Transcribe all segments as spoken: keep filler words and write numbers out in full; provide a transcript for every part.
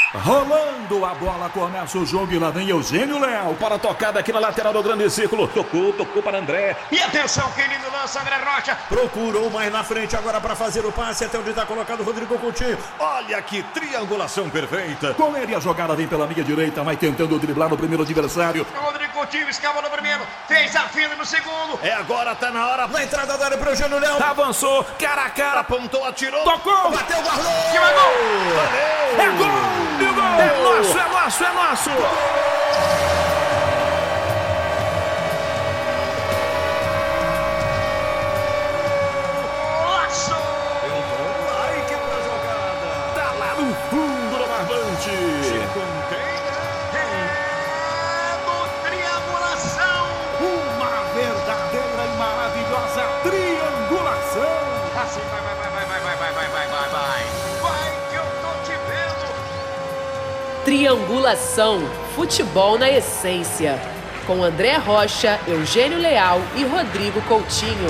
Rolando a bola, começa o jogo e lá vem Eugênio Leal para a tocada aqui na lateral do grande círculo. Tocou, tocou para André. E atenção, que lindo lança, André Rocha. Procurou mais na frente agora para fazer o passe até onde está colocado o Rodrigo Coutinho. Olha que triangulação perfeita. Com ele a jogada vem pela minha direita, vai tentando driblar no primeiro adversário. O Rodrigo Coutinho escava no primeiro, fez a fila no segundo. É agora, tá na hora. Na entrada da área para o Eugênio Leal. Avançou, cara a cara, apontou, atirou. Tocou, bateu, guardou. Que vai gol. Valeu. É gol. Gol. É nosso, é nosso, é nosso! Nossa! Eu dou like pra jogada! Tá lá no fundo do barbante! Se contém, é do triangulação! Uma verdadeira e maravilhosa triangulação! Assim, vai, vai, vai, vai, vai, vai, vai, vai, vai, vai, vai! Vai que eu tô te vendo! Triangulação, futebol na essência, com André Rocha, Eugênio Leal e Rodrigo Coutinho.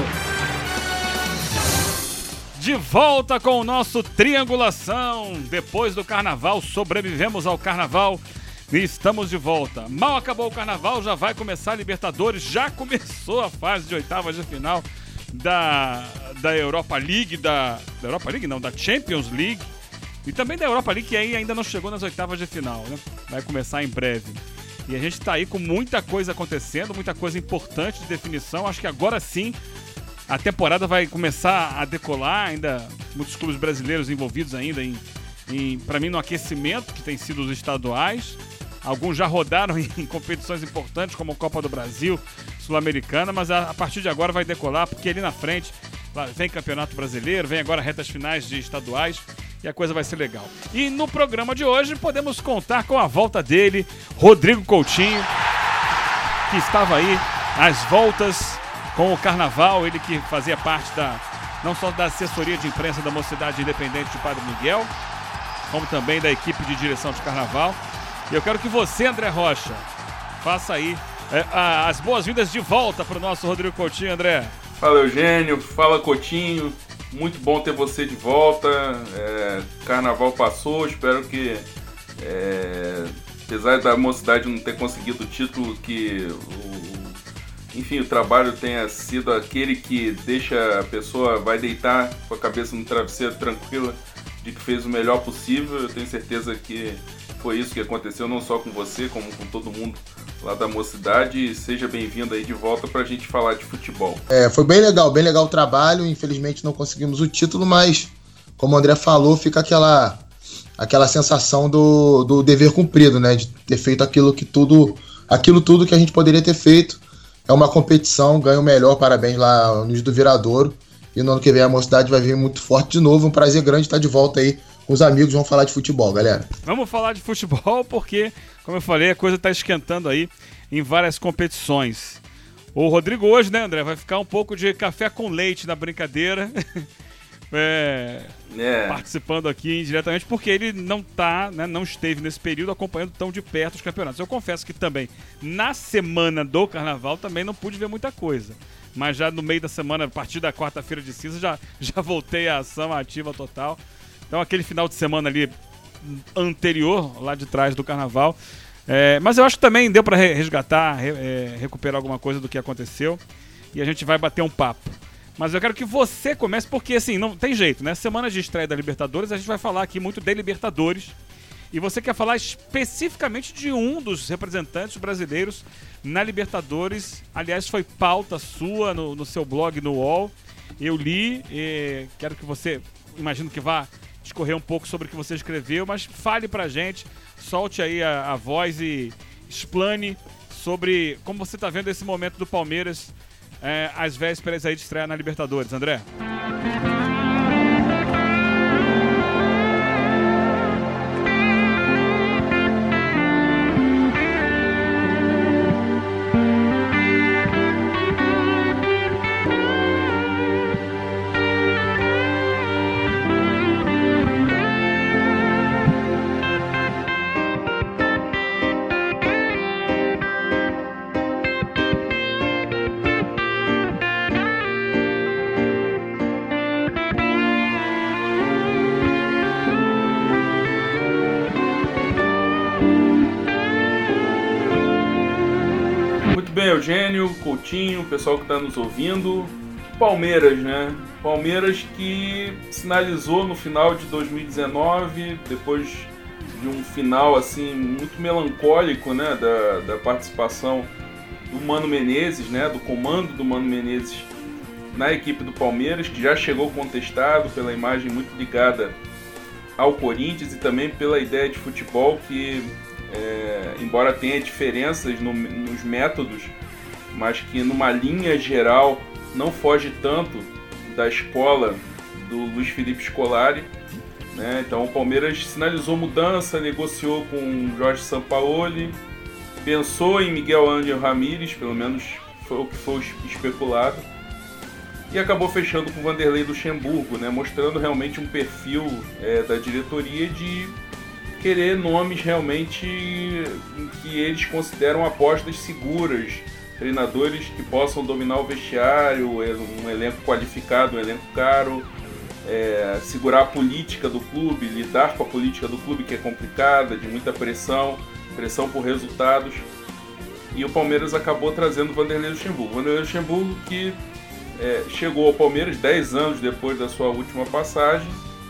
De volta com o nosso Triangulação. Depois do Carnaval, sobrevivemos ao Carnaval e estamos de volta. Mal acabou o Carnaval, já vai começar a Libertadores, já começou a fase de oitavas de final da, da Europa League, da, da Europa League não, da Champions League. E também da Europa League, que aí ainda não chegou nas oitavas de final, né? Vai começar em breve. E a gente tá aí com muita coisa acontecendo, muita coisa importante de definição. Acho que agora sim a temporada vai começar a decolar, ainda muitos clubes brasileiros envolvidos ainda em, em para mim, no aquecimento, que tem sido os estaduais. Alguns já rodaram em, em competições importantes, como a Copa do Brasil, Sul-Americana, mas a, a partir de agora vai decolar, porque ali na frente vem Campeonato Brasileiro, vem agora retas finais de estaduais. E a coisa vai ser legal. E no programa de hoje podemos contar com a volta dele, Rodrigo Coutinho, que estava aí às voltas com o Carnaval, ele que fazia parte da não só da assessoria de imprensa da Mocidade Independente de Padre Miguel, como também da equipe de direção de Carnaval. E eu quero que você, André Rocha, faça aí é, a, as boas-vindas de volta para o nosso Rodrigo Coutinho, André. Fala, Eugênio, fala, Coutinho. Muito bom ter você de volta. É, Carnaval passou, espero que, é, apesar da Mocidade não ter conseguido o título, que o, enfim, o trabalho tenha sido aquele que deixa a pessoa, vai deitar com a cabeça no travesseiro tranquila, de que fez o melhor possível. Eu tenho certeza que foi isso que aconteceu, não só com você, como com todo mundo lá da Mocidade. Seja bem-vindo aí de volta pra gente falar de futebol. É, foi bem legal, bem legal o trabalho. Infelizmente não conseguimos o título, mas como o André falou, fica aquela, aquela sensação do, do dever cumprido, né? De ter feito aquilo que tudo, aquilo tudo que a gente poderia ter feito. É uma competição, ganha o melhor, parabéns lá nos do Viradouro. E no ano que vem a Mocidade vai vir muito forte de novo. Um prazer grande estar de volta aí com os amigos. Vamos falar de futebol, galera. Vamos falar de futebol porque, como eu falei, a coisa está esquentando aí em várias competições. O Rodrigo hoje, né, André, vai ficar um pouco de café com leite na brincadeira. é, é. Participando aqui indiretamente, porque ele não tá, né, não esteve nesse período acompanhando tão de perto os campeonatos. Eu confesso que também, na semana do Carnaval, também não pude ver muita coisa. Mas já no meio da semana, a partir da quarta-feira de cinza, já, já voltei à ação ativa total. Então aquele final de semana ali anterior, lá de trás do Carnaval. É, mas eu acho que também deu para resgatar, re, é, recuperar alguma coisa do que aconteceu. E a gente vai bater um papo. Mas eu quero que você comece, porque assim, não tem jeito, né? Semana de estreia da Libertadores, a gente vai falar aqui muito de Libertadores. E você quer falar especificamente de um dos representantes brasileiros na Libertadores. Aliás, foi pauta sua no, no seu blog no U O L. Eu li, e quero que você, imagino que vá discorrer um pouco sobre o que você escreveu, mas fale pra gente, solte aí a, a voz e explane sobre como você tá vendo esse momento do Palmeiras é, às vésperas aí de estreia na Libertadores, André. bem, Eugênio, Coutinho, pessoal que está nos ouvindo. Palmeiras, né? Palmeiras que sinalizou no final de dois mil e dezenove, depois de um final assim muito melancólico, né, da, da participação do Mano Menezes, né, do comando do Mano Menezes na equipe do Palmeiras, que já chegou contestado pela imagem muito ligada ao Corinthians e também pela ideia de futebol que, é, embora tenha diferenças no, nos métodos, mas que numa linha geral não foge tanto da escola do Luiz Felipe Scolari, né? Então o Palmeiras sinalizou mudança, negociou com o Jorge Sampaoli, pensou em Miguel Ángel Ramírez, pelo menos foi o que foi especulado, e acabou fechando com o Vanderlei Luxemburgo, né? Mostrando realmente um perfil é, da diretoria de querer nomes realmente que eles consideram apostas seguras, treinadores que possam dominar o vestiário, um elenco qualificado, um elenco caro, é, segurar a política do clube, lidar com a política do clube, que é complicada, de muita pressão, pressão por resultados. E o Palmeiras acabou trazendo o Vanderlei Luxemburgo. Vanderlei Luxemburgo que é, chegou ao Palmeiras dez anos depois da sua última passagem,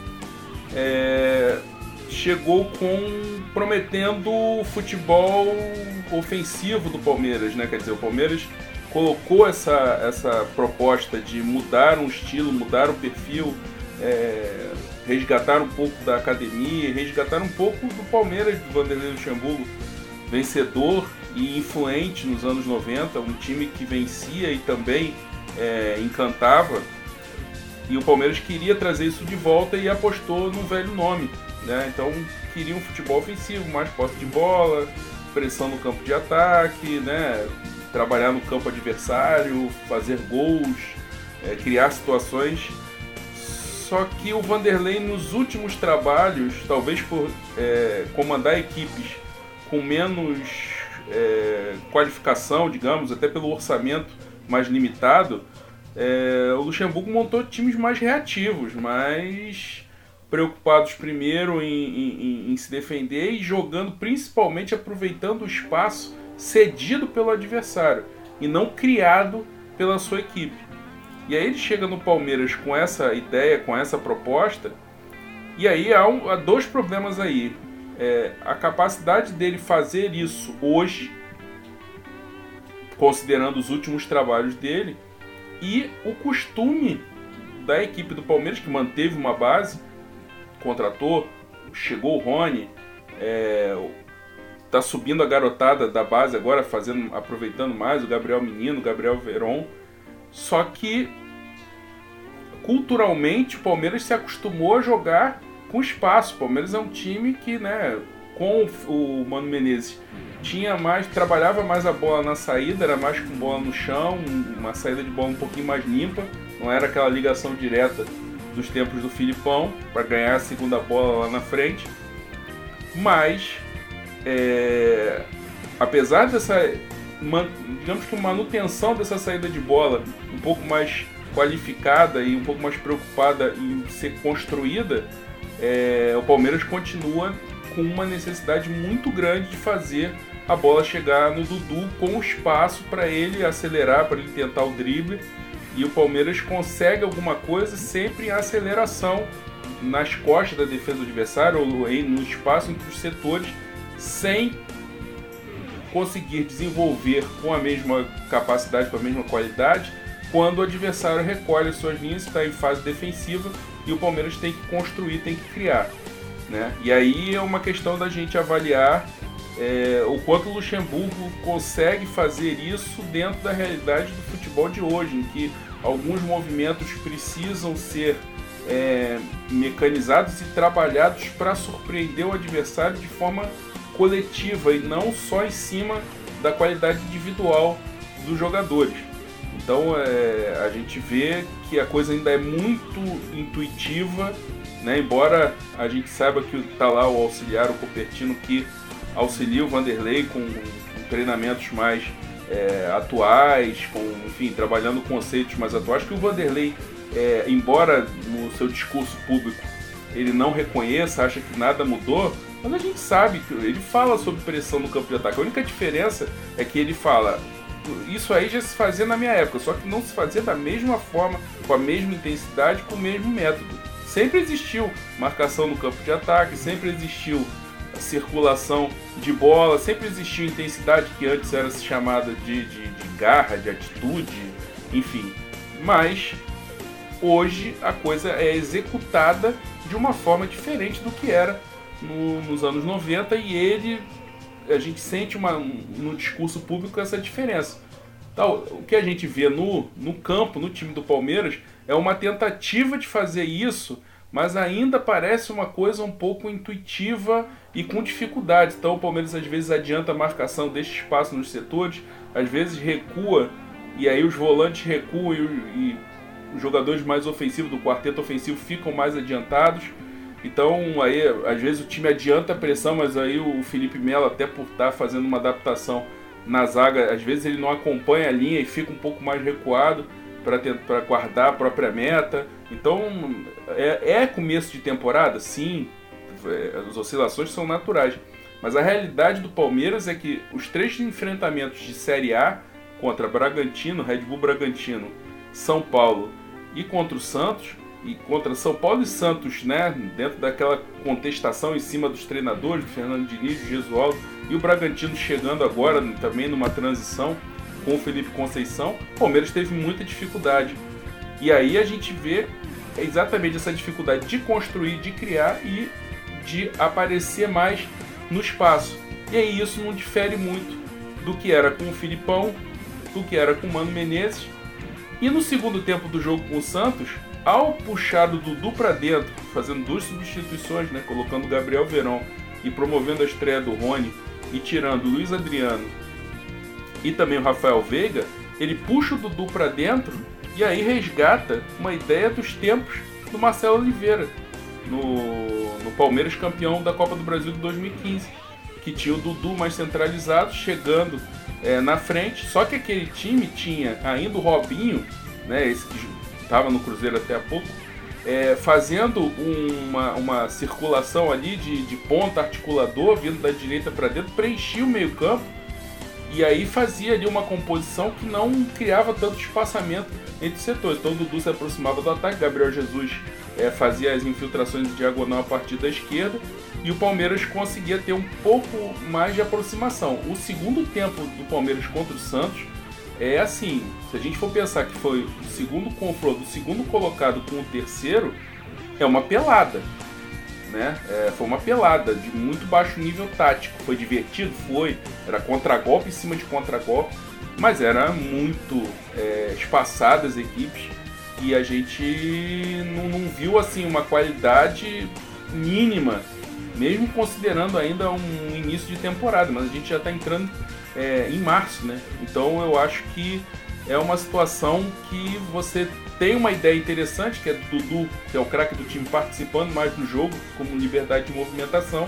é, chegou com prometendo o futebol ofensivo do Palmeiras, né? Quer dizer, o Palmeiras colocou essa, essa proposta de mudar um estilo, mudar o perfil, é, resgatar um pouco da academia, resgatar um pouco do Palmeiras do Vanderlei Luxemburgo, vencedor e influente nos anos noventa, um time que vencia e também é, encantava, e o Palmeiras queria trazer isso de volta e apostou num velho nome, né? Então queria um futebol ofensivo, mais posse de bola, pressão no campo de ataque, né? Trabalhar no campo adversário, fazer gols, é, criar situações. Só que o Vanderlei, nos últimos trabalhos, talvez por é, comandar equipes com menos é, qualificação, digamos, até pelo orçamento mais limitado, é, o Luxemburgo montou times mais reativos, mais preocupados primeiro em, em, em se defender e jogando, principalmente aproveitando o espaço cedido pelo adversário e não criado pela sua equipe. E aí ele chega no Palmeiras com essa ideia, com essa proposta, e aí há, um, há dois problemas aí. É, a capacidade dele fazer isso hoje, considerando os últimos trabalhos dele, e o costume da equipe do Palmeiras, que manteve uma base, contratou, chegou o Rony, é, tá subindo a garotada da base agora, fazendo, aproveitando mais o Gabriel Menino, o Gabriel Veron. Só que culturalmente o Palmeiras se acostumou a jogar com espaço. O Palmeiras é um time que, né, com o Mano Menezes tinha mais, trabalhava mais a bola na saída, era mais com bola no chão, uma saída de bola um pouquinho mais limpa, não era aquela ligação direta dos tempos do Filipão para ganhar a segunda bola lá na frente. Mas é, apesar dessa, digamos que manutenção dessa saída de bola um pouco mais qualificada e um pouco mais preocupada em ser construída, é, o Palmeiras continua com uma necessidade muito grande de fazer a bola chegar no Dudu com espaço para ele acelerar, para ele tentar o drible, e o Palmeiras consegue alguma coisa sempre em aceleração nas costas da defesa do adversário ou no espaço entre os setores, sem conseguir desenvolver com a mesma capacidade, com a mesma qualidade, quando o adversário recolhe suas linhas, está em fase defensiva e o Palmeiras tem que construir, tem que criar, né? E aí é uma questão da gente avaliar é, o quanto o Luxemburgo consegue fazer isso dentro da realidade do futebol de hoje, em que alguns movimentos precisam ser é, mecanizados e trabalhados para surpreender o adversário de forma coletiva e não só em cima da qualidade individual dos jogadores. Então é, a gente vê que a coisa ainda é muito intuitiva, né? Embora a gente saiba que está lá o auxiliar, o Cupertino, que auxilia o Vanderlei com, com treinamentos mais é, atuais, com, enfim, trabalhando conceitos mais atuais, que o Vanderlei, é, embora no seu discurso público ele não reconheça, acha que nada mudou, mas a gente sabe que ele fala sobre pressão no campo de ataque. A única diferença é que ele fala isso aí já se fazia na minha época, só que não se fazia da mesma forma, com a mesma intensidade, com o mesmo método. Sempre existiu marcação no campo de ataque, sempre existiu circulação de bola, sempre existiu intensidade que antes era chamada de, de, de garra, de atitude, enfim. Mas hoje a coisa é executada de uma forma diferente do que era no, nos anos noventa, e ele, a gente sente uma, no discurso público essa diferença. Então, o que a gente vê no, no campo, no time do Palmeiras, é uma tentativa de fazer isso, mas ainda parece uma coisa um pouco intuitiva e com dificuldade. Então o Palmeiras às vezes adianta a marcação, deixa espaço nos setores, às vezes recua, e aí os volantes recuam e, e os jogadores mais ofensivos do quarteto ofensivo ficam mais adiantados. Então aí às vezes o time adianta a pressão, mas aí o Felipe Melo, até por estar fazendo uma adaptação na zaga, às vezes ele não acompanha a linha e fica um pouco mais recuado para guardar a própria meta. Então é, é começo de temporada, sim, é, as oscilações são naturais, mas a realidade do Palmeiras é que os três enfrentamentos de Série A, contra Bragantino, Red Bull Bragantino, São Paulo e contra o Santos, e contra São Paulo e Santos, né, dentro daquela contestação em cima dos treinadores, do Fernando Diniz, do Gesualdo, e o Bragantino chegando agora também numa transição com o Felipe Conceição, o Palmeiras teve muita dificuldade. E aí a gente vê exatamente essa dificuldade de construir, de criar e de aparecer mais no espaço. E aí isso não difere muito do que era com o Filipão, do que era com o Mano Menezes. E no segundo tempo do jogo com o Santos, ao puxar o Dudu para dentro, fazendo duas substituições, né, colocando o Gabriel Verón e promovendo a estreia do Rony e tirando o Luiz Adriano e também o Rafael Veiga, ele puxa o Dudu para dentro e aí resgata uma ideia dos tempos do Marcelo Oliveira, no, no Palmeiras campeão da Copa do Brasil de dois mil e quinze, que tinha o Dudu mais centralizado, chegando é, na frente, só que aquele time tinha ainda o Robinho, né, esse que estava no Cruzeiro até há pouco, é, fazendo uma, uma circulação ali de, de ponta, articulador, vindo da direita para dentro, preenchia o meio campo, e aí fazia ali uma composição que não criava tanto espaçamento entre os setores. Então o Dudu se aproximava do ataque, Gabriel Jesus é, fazia as infiltrações de diagonal a partir da esquerda, e o Palmeiras conseguia ter um pouco mais de aproximação. O segundo tempo do Palmeiras contra o Santos é assim, se a gente for pensar que foi o segundo confronto, o segundo colocado com o terceiro, é uma pelada. Né? É, foi uma pelada de muito baixo nível tático. Foi divertido? Foi. Era contragolpe em cima de contragolpe, mas era muito é, espaçada as equipes, e a gente não, não viu assim uma qualidade mínima, mesmo considerando ainda um início de temporada, mas a gente já está entrando é, em março, né? Então eu acho que é uma situação que você tem uma ideia interessante, que é do Dudu, que é o craque do time, participando mais do jogo, como liberdade de movimentação,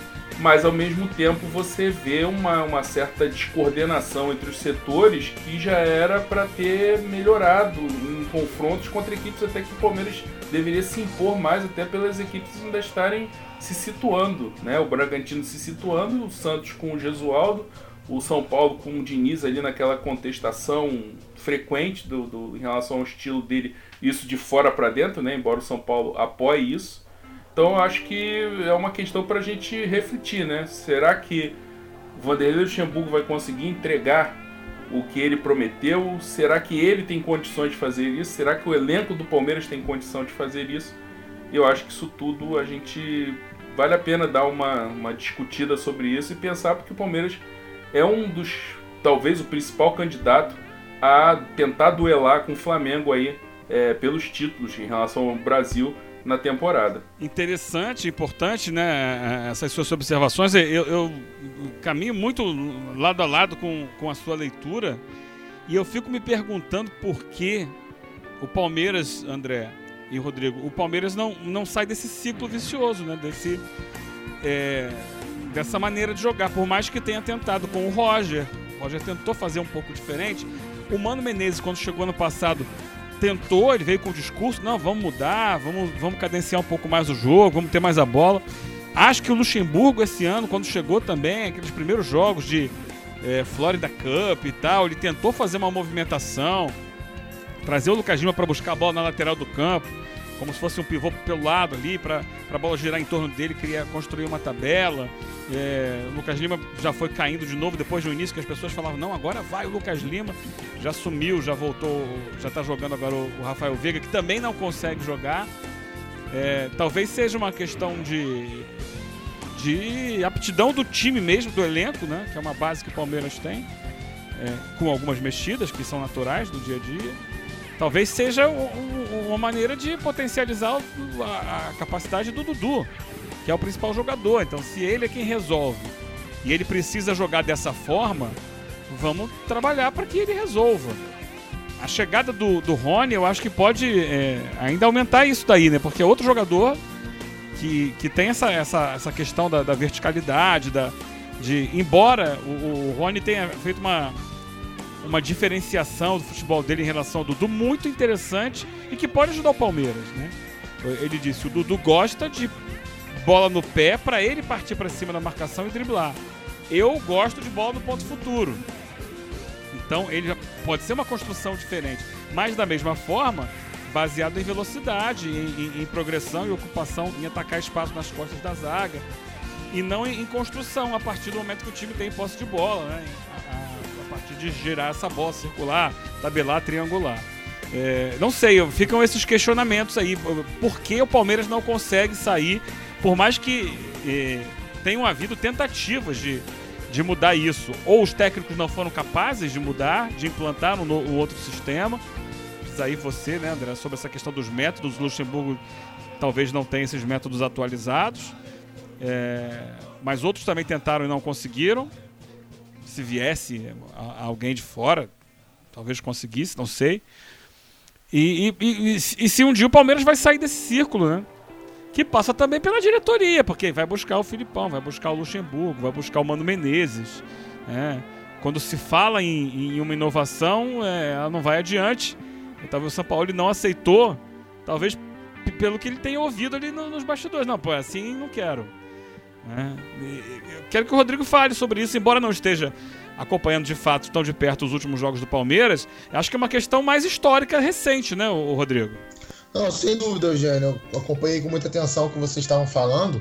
mas ao mesmo tempo você vê uma, uma certa descoordenação entre os setores que já era para ter melhorado em confrontos contra equipes até que o Palmeiras deveria se impor mais, até pelas equipes ainda estarem se situando, né? O Bragantino se situando, o Santos com o Gesualdo, o São Paulo com o Diniz ali naquela contestação frequente do, do, em relação ao estilo dele, isso de fora para dentro, né? Embora o São Paulo apoie isso. Então eu acho que é uma questão para a gente refletir, né? Será que o Vanderlei Luxemburgo vai conseguir entregar o que ele prometeu? Será que ele tem condições de fazer isso? Será que o elenco do Palmeiras tem condição de fazer isso? Eu acho que isso tudo a gente vale a pena dar uma, uma discutida sobre isso e pensar, porque o Palmeiras é um dos, talvez o principal candidato a tentar duelar com o Flamengo aí é, pelos títulos em relação ao Brasil na temporada. Interessante, importante, né, essas suas observações. Eu, eu caminho muito lado a lado com, com a sua leitura, e eu fico me perguntando por que o Palmeiras, André e Rodrigo, o Palmeiras não, não sai desse ciclo vicioso, né, desse... É, dessa maneira de jogar, por mais que tenha tentado com o Roger. O Roger tentou fazer um pouco diferente. O Mano Menezes, quando chegou ano passado, tentou, ele veio com o discurso, não, vamos mudar, vamos, vamos cadenciar um pouco mais o jogo, vamos ter mais a bola. Acho que o Luxemburgo esse ano, quando chegou também, aqueles primeiros jogos de é, Florida Cup e tal, ele tentou fazer uma movimentação, trazer o Lucas Lima para buscar a bola na lateral do campo, como se fosse um pivô pelo lado ali, para a bola girar em torno dele, queria construir uma tabela. É, o Lucas Lima já foi caindo de novo depois do início, que as pessoas falavam, não, agora vai o Lucas Lima, já sumiu, já voltou, já está jogando agora o, o Rafael Veiga, que também não consegue jogar. É, talvez seja uma questão de, de aptidão do time mesmo, do elenco, né, que é uma base que o Palmeiras tem, é, com algumas mexidas que são naturais do dia a dia. Talvez seja uma maneira de potencializar a capacidade do Dudu, que é o principal jogador. Então, se ele é quem resolve e ele precisa jogar dessa forma, vamos trabalhar para que ele resolva. A chegada do, do Rony, eu acho que pode é, ainda aumentar isso daí, né? Porque é outro jogador que, que tem essa, essa, essa questão da, da verticalidade, da, de, embora o, o Rony tenha feito uma... uma diferenciação do futebol dele em relação ao Dudu muito interessante e que pode ajudar o Palmeiras, né? Ele disse, o Dudu gosta de bola no pé para ele partir para cima da marcação e driblar. Eu gosto de bola no ponto futuro. Então ele pode ser uma construção diferente, mas da mesma forma baseado em velocidade, em, em, em progressão e ocupação, em atacar espaço nas costas da zaga e não em, em construção a partir do momento que o time tem posse de bola, né? A partir de girar essa bola, circular, tabelar, triangular. É, não sei, ficam esses questionamentos aí. Por que o Palmeiras não consegue sair, por mais que é, tenham havido tentativas de, de mudar isso? Ou os técnicos não foram capazes de mudar, de implantar um, um outro sistema? Diz aí você, né, André, sobre essa questão dos métodos. O Luxemburgo talvez não tenha esses métodos atualizados, é, mas outros também tentaram e não conseguiram. Se viesse alguém de fora, talvez conseguisse, não sei. E, e, e, e se um dia o Palmeiras vai sair desse círculo, né? Que passa também pela diretoria, porque vai buscar o Filipão, vai buscar o Luxemburgo, vai buscar o Mano Menezes. Né? Quando se fala em, em uma inovação, é, ela não vai adiante. E talvez o São Paulo não aceitou, talvez p- pelo que ele tem ouvido ali no, nos bastidores. Não, pô, assim não quero. É, eu quero que o Rodrigo fale sobre isso, embora não esteja acompanhando de fato tão de perto os últimos jogos do Palmeiras. Acho que é uma questão mais histórica, recente, né, o Rodrigo? Não, sem dúvida, Eugênio. Eu acompanhei com muita atenção o que vocês estavam falando.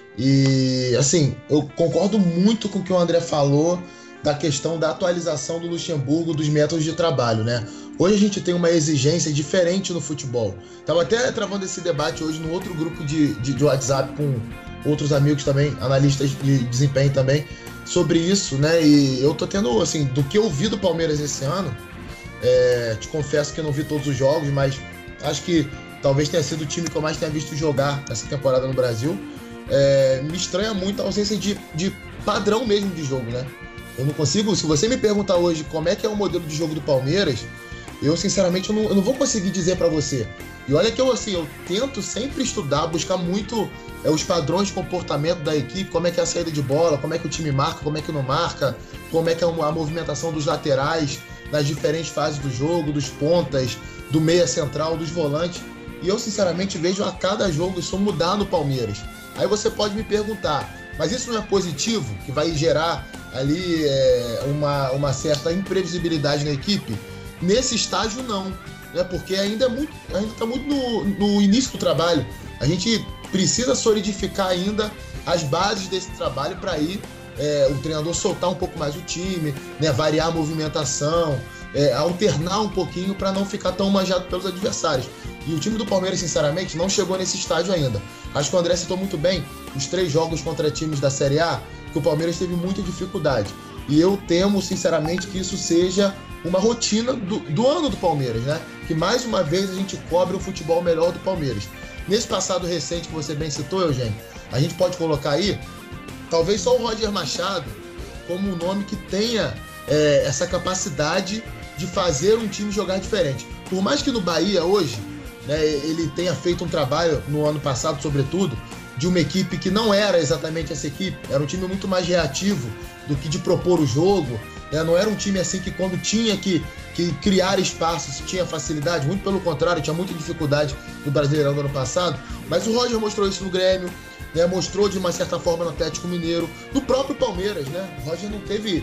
E, assim, eu concordo muito com o que o André falou da questão da atualização do Luxemburgo, dos métodos de trabalho, né? Hoje a gente tem uma exigência diferente no futebol. Estava até travando esse debate hoje no outro grupo de, de, de WhatsApp com outros amigos também, analistas de desempenho também, sobre isso, né? E eu tô tendo, assim, do que eu vi do Palmeiras esse ano, é, te confesso que eu não vi todos os jogos, mas acho que talvez tenha sido o time que eu mais tenha visto jogar essa temporada no Brasil. É, me estranha muito a ausência de, de padrão mesmo de jogo, né? Eu não consigo, se você me perguntar hoje como é que é o modelo de jogo do Palmeiras, eu sinceramente eu não, eu não vou conseguir dizer pra você. E olha que eu, assim, eu tento sempre estudar, buscar muito é, os padrões de comportamento da equipe, como é que é a saída de bola, como é que o time marca, como é que não marca, como é que é a movimentação dos laterais nas diferentes fases do jogo, dos pontas, do meia central, dos volantes. E eu sinceramente vejo a cada jogo isso mudar no Palmeiras. Aí você pode me perguntar, mas isso não é positivo? Que vai gerar ali é, uma, uma certa imprevisibilidade na equipe? Nesse estágio não, né? Porque ainda é muito, ainda está muito no, no início do trabalho. A gente precisa solidificar ainda as bases desse trabalho para aí é, o treinador soltar um pouco mais o time, né? Variar a movimentação, é, alternar um pouquinho para não ficar tão manjado pelos adversários. E o time do Palmeiras, sinceramente, não chegou nesse estágio ainda. Acho que o André citou muito bem os três jogos contra times da Série A, que o Palmeiras teve muita dificuldade. E eu temo, sinceramente, que isso seja uma rotina do, do ano do Palmeiras, né? Que mais uma vez a gente cobre o futebol melhor do Palmeiras. Nesse passado recente que você bem citou, Eugênio, a gente pode colocar aí, talvez só o Roger Machado, como um nome que tenha é, essa capacidade de fazer um time jogar diferente. Por mais que no Bahia hoje, né, ele tenha feito um trabalho no ano passado, sobretudo, de uma equipe que não era exatamente essa equipe, era um time muito mais reativo do que de propor o jogo, né? Não era um time assim que quando tinha que, que criar espaços tinha facilidade, muito pelo contrário, tinha muita dificuldade no Brasileirão do ano passado, mas o Roger mostrou isso no Grêmio, né? Mostrou de uma certa forma no Atlético Mineiro, no próprio Palmeiras, né? O Roger não teve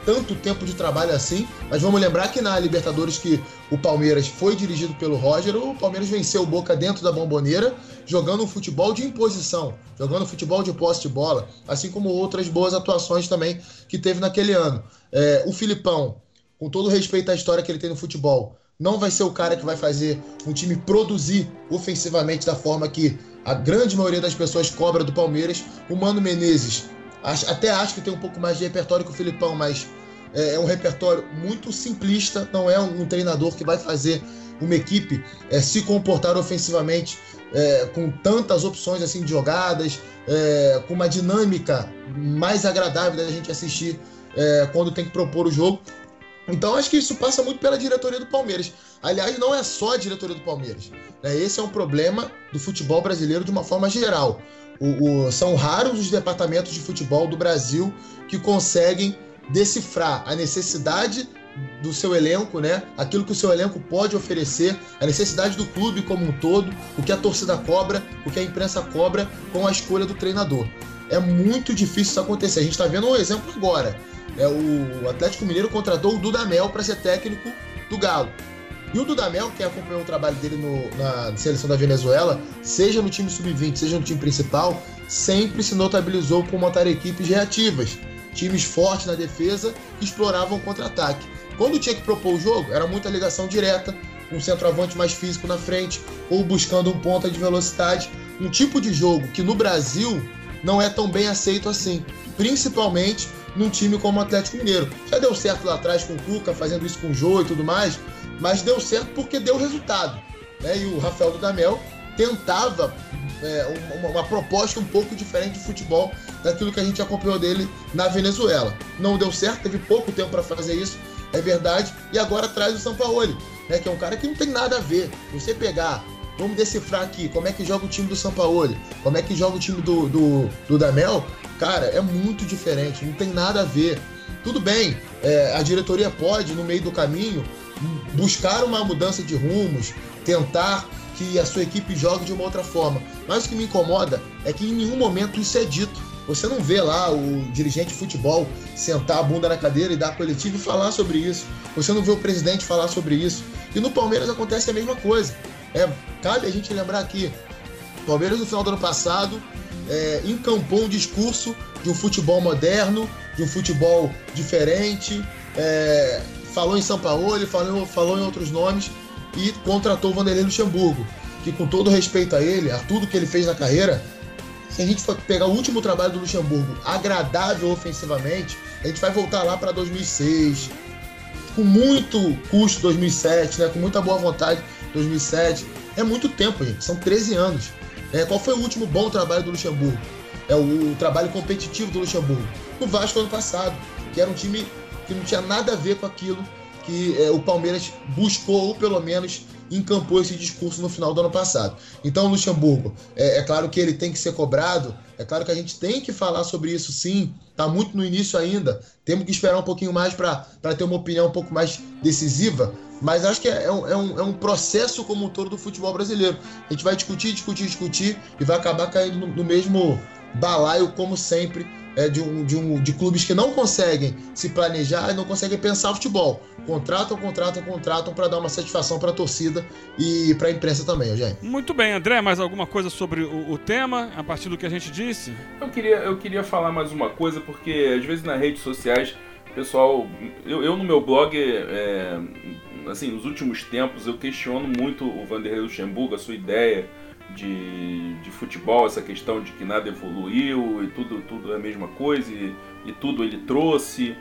tanto tempo de trabalho assim, mas vamos lembrar que na Libertadores que o Palmeiras foi dirigido pelo Roger, o Palmeiras venceu o Boca dentro da Bomboneira, jogando um futebol de imposição, jogando um futebol de posse de bola, assim como outras boas atuações também que teve naquele ano. É, o Filipão, com todo respeito à história que ele tem no futebol, não vai ser o cara que vai fazer um time produzir ofensivamente da forma que a grande maioria das pessoas cobra do Palmeiras. O Mano Menezes, até acho que tem um pouco mais de repertório que o Filipão, mas é um repertório muito simplista, não é um treinador que vai fazer uma equipe é, se comportar ofensivamente é, com tantas opções assim de jogadas, é, com uma dinâmica mais agradável da gente assistir é, quando tem que propor o jogo. Então acho que isso passa muito pela diretoria do Palmeiras. Aliás, não é só a diretoria do Palmeiras, né? Esse é um problema do futebol brasileiro de uma forma geral. O, o, são raros os departamentos de futebol do Brasil que conseguem decifrar a necessidade do seu elenco, né? Aquilo que o seu elenco pode oferecer, a necessidade do clube como um todo, o que a torcida cobra, o que a imprensa cobra com a escolha do treinador. É muito difícil isso acontecer. A gente está vendo um exemplo agora. É, o Atlético Mineiro contratou o Dudamel para ser técnico do Galo. E o Dudamel, quem acompanhou o trabalho dele no, na seleção da Venezuela, seja no time sub vinte, seja no time principal, sempre se notabilizou por montar equipes reativas, times fortes na defesa que exploravam o contra-ataque. Quando tinha que propor o jogo, era muita ligação direta, um centroavante mais físico na frente, ou buscando um ponta de velocidade. Um tipo de jogo que no Brasil não é tão bem aceito assim, principalmente num time como o Atlético Mineiro. Já deu certo lá atrás com o Cuca, fazendo isso com o Jô e tudo mais, mas deu certo porque deu resultado, né? E o Rafael Dudamel tentava é, uma, uma proposta um pouco diferente de futebol daquilo que a gente acompanhou dele na Venezuela. Não deu certo, teve pouco tempo para fazer isso, é verdade, e agora traz o Sampaoli, né? Que é um cara que não tem nada a ver. Você pegar, vamos decifrar aqui como é que joga o time do Sampaoli, como é que joga o time do, do, do Dudamel, cara, é muito diferente, não tem nada a ver. Tudo bem, é, a diretoria pode, no meio do caminho, buscar uma mudança de rumos, tentar que a sua equipe jogue de uma outra forma. Mas o que me incomoda é que em nenhum momento isso é dito. Você não vê lá o dirigente de futebol sentar a bunda na cadeira e dar coletivo e falar sobre isso. Você não vê o presidente falar sobre isso. E no Palmeiras acontece a mesma coisa. É, cabe a gente lembrar aqui, o Palmeiras no final do ano passado é, encampou um discurso de um futebol moderno, de um futebol diferente, é, falou em Sampaoli, falou, falou em outros nomes e contratou o Vanderlei Luxemburgo, que com todo respeito a ele, a tudo que ele fez na carreira, se a gente for pegar o último trabalho do Luxemburgo, agradável ofensivamente, a gente vai voltar lá para dois mil e seis, com muito custo dois mil e sete, né, com muita boa vontade dois mil e sete, é muito tempo, gente, são treze anos. É, qual foi o último bom trabalho do Luxemburgo? É o, o trabalho competitivo do Luxemburgo. No Vasco ano passado, que era um time que não tinha nada a ver com aquilo que é, o Palmeiras buscou, ou pelo menos encampou esse discurso no final do ano passado. Então, Luxemburgo, é, é claro que ele tem que ser cobrado, é claro que a gente tem que falar sobre isso sim, está muito no início ainda, temos que esperar um pouquinho mais para ter uma opinião um pouco mais decisiva, mas acho que é, é, um, é, um, é um processo como um todo do futebol brasileiro. A gente vai discutir, discutir, discutir e vai acabar caindo no, no mesmo balaio, como sempre, é, de, um, de, um, de clubes que não conseguem se planejar e não conseguem pensar futebol. Contratam, contratam, contratam para dar uma satisfação para a torcida e para a imprensa também, Eugênio. Muito bem, André, mais alguma coisa sobre o, o tema, a partir do que a gente disse? Eu queria, eu queria falar mais uma coisa, porque às vezes nas redes sociais, pessoal, eu, eu no meu blog, é, assim, nos últimos tempos, eu questiono muito o Vanderlei Luxemburgo, a sua ideia de, de futebol, essa questão de que nada evoluiu e tudo, tudo é a mesma coisa e, e tudo ele trouxe.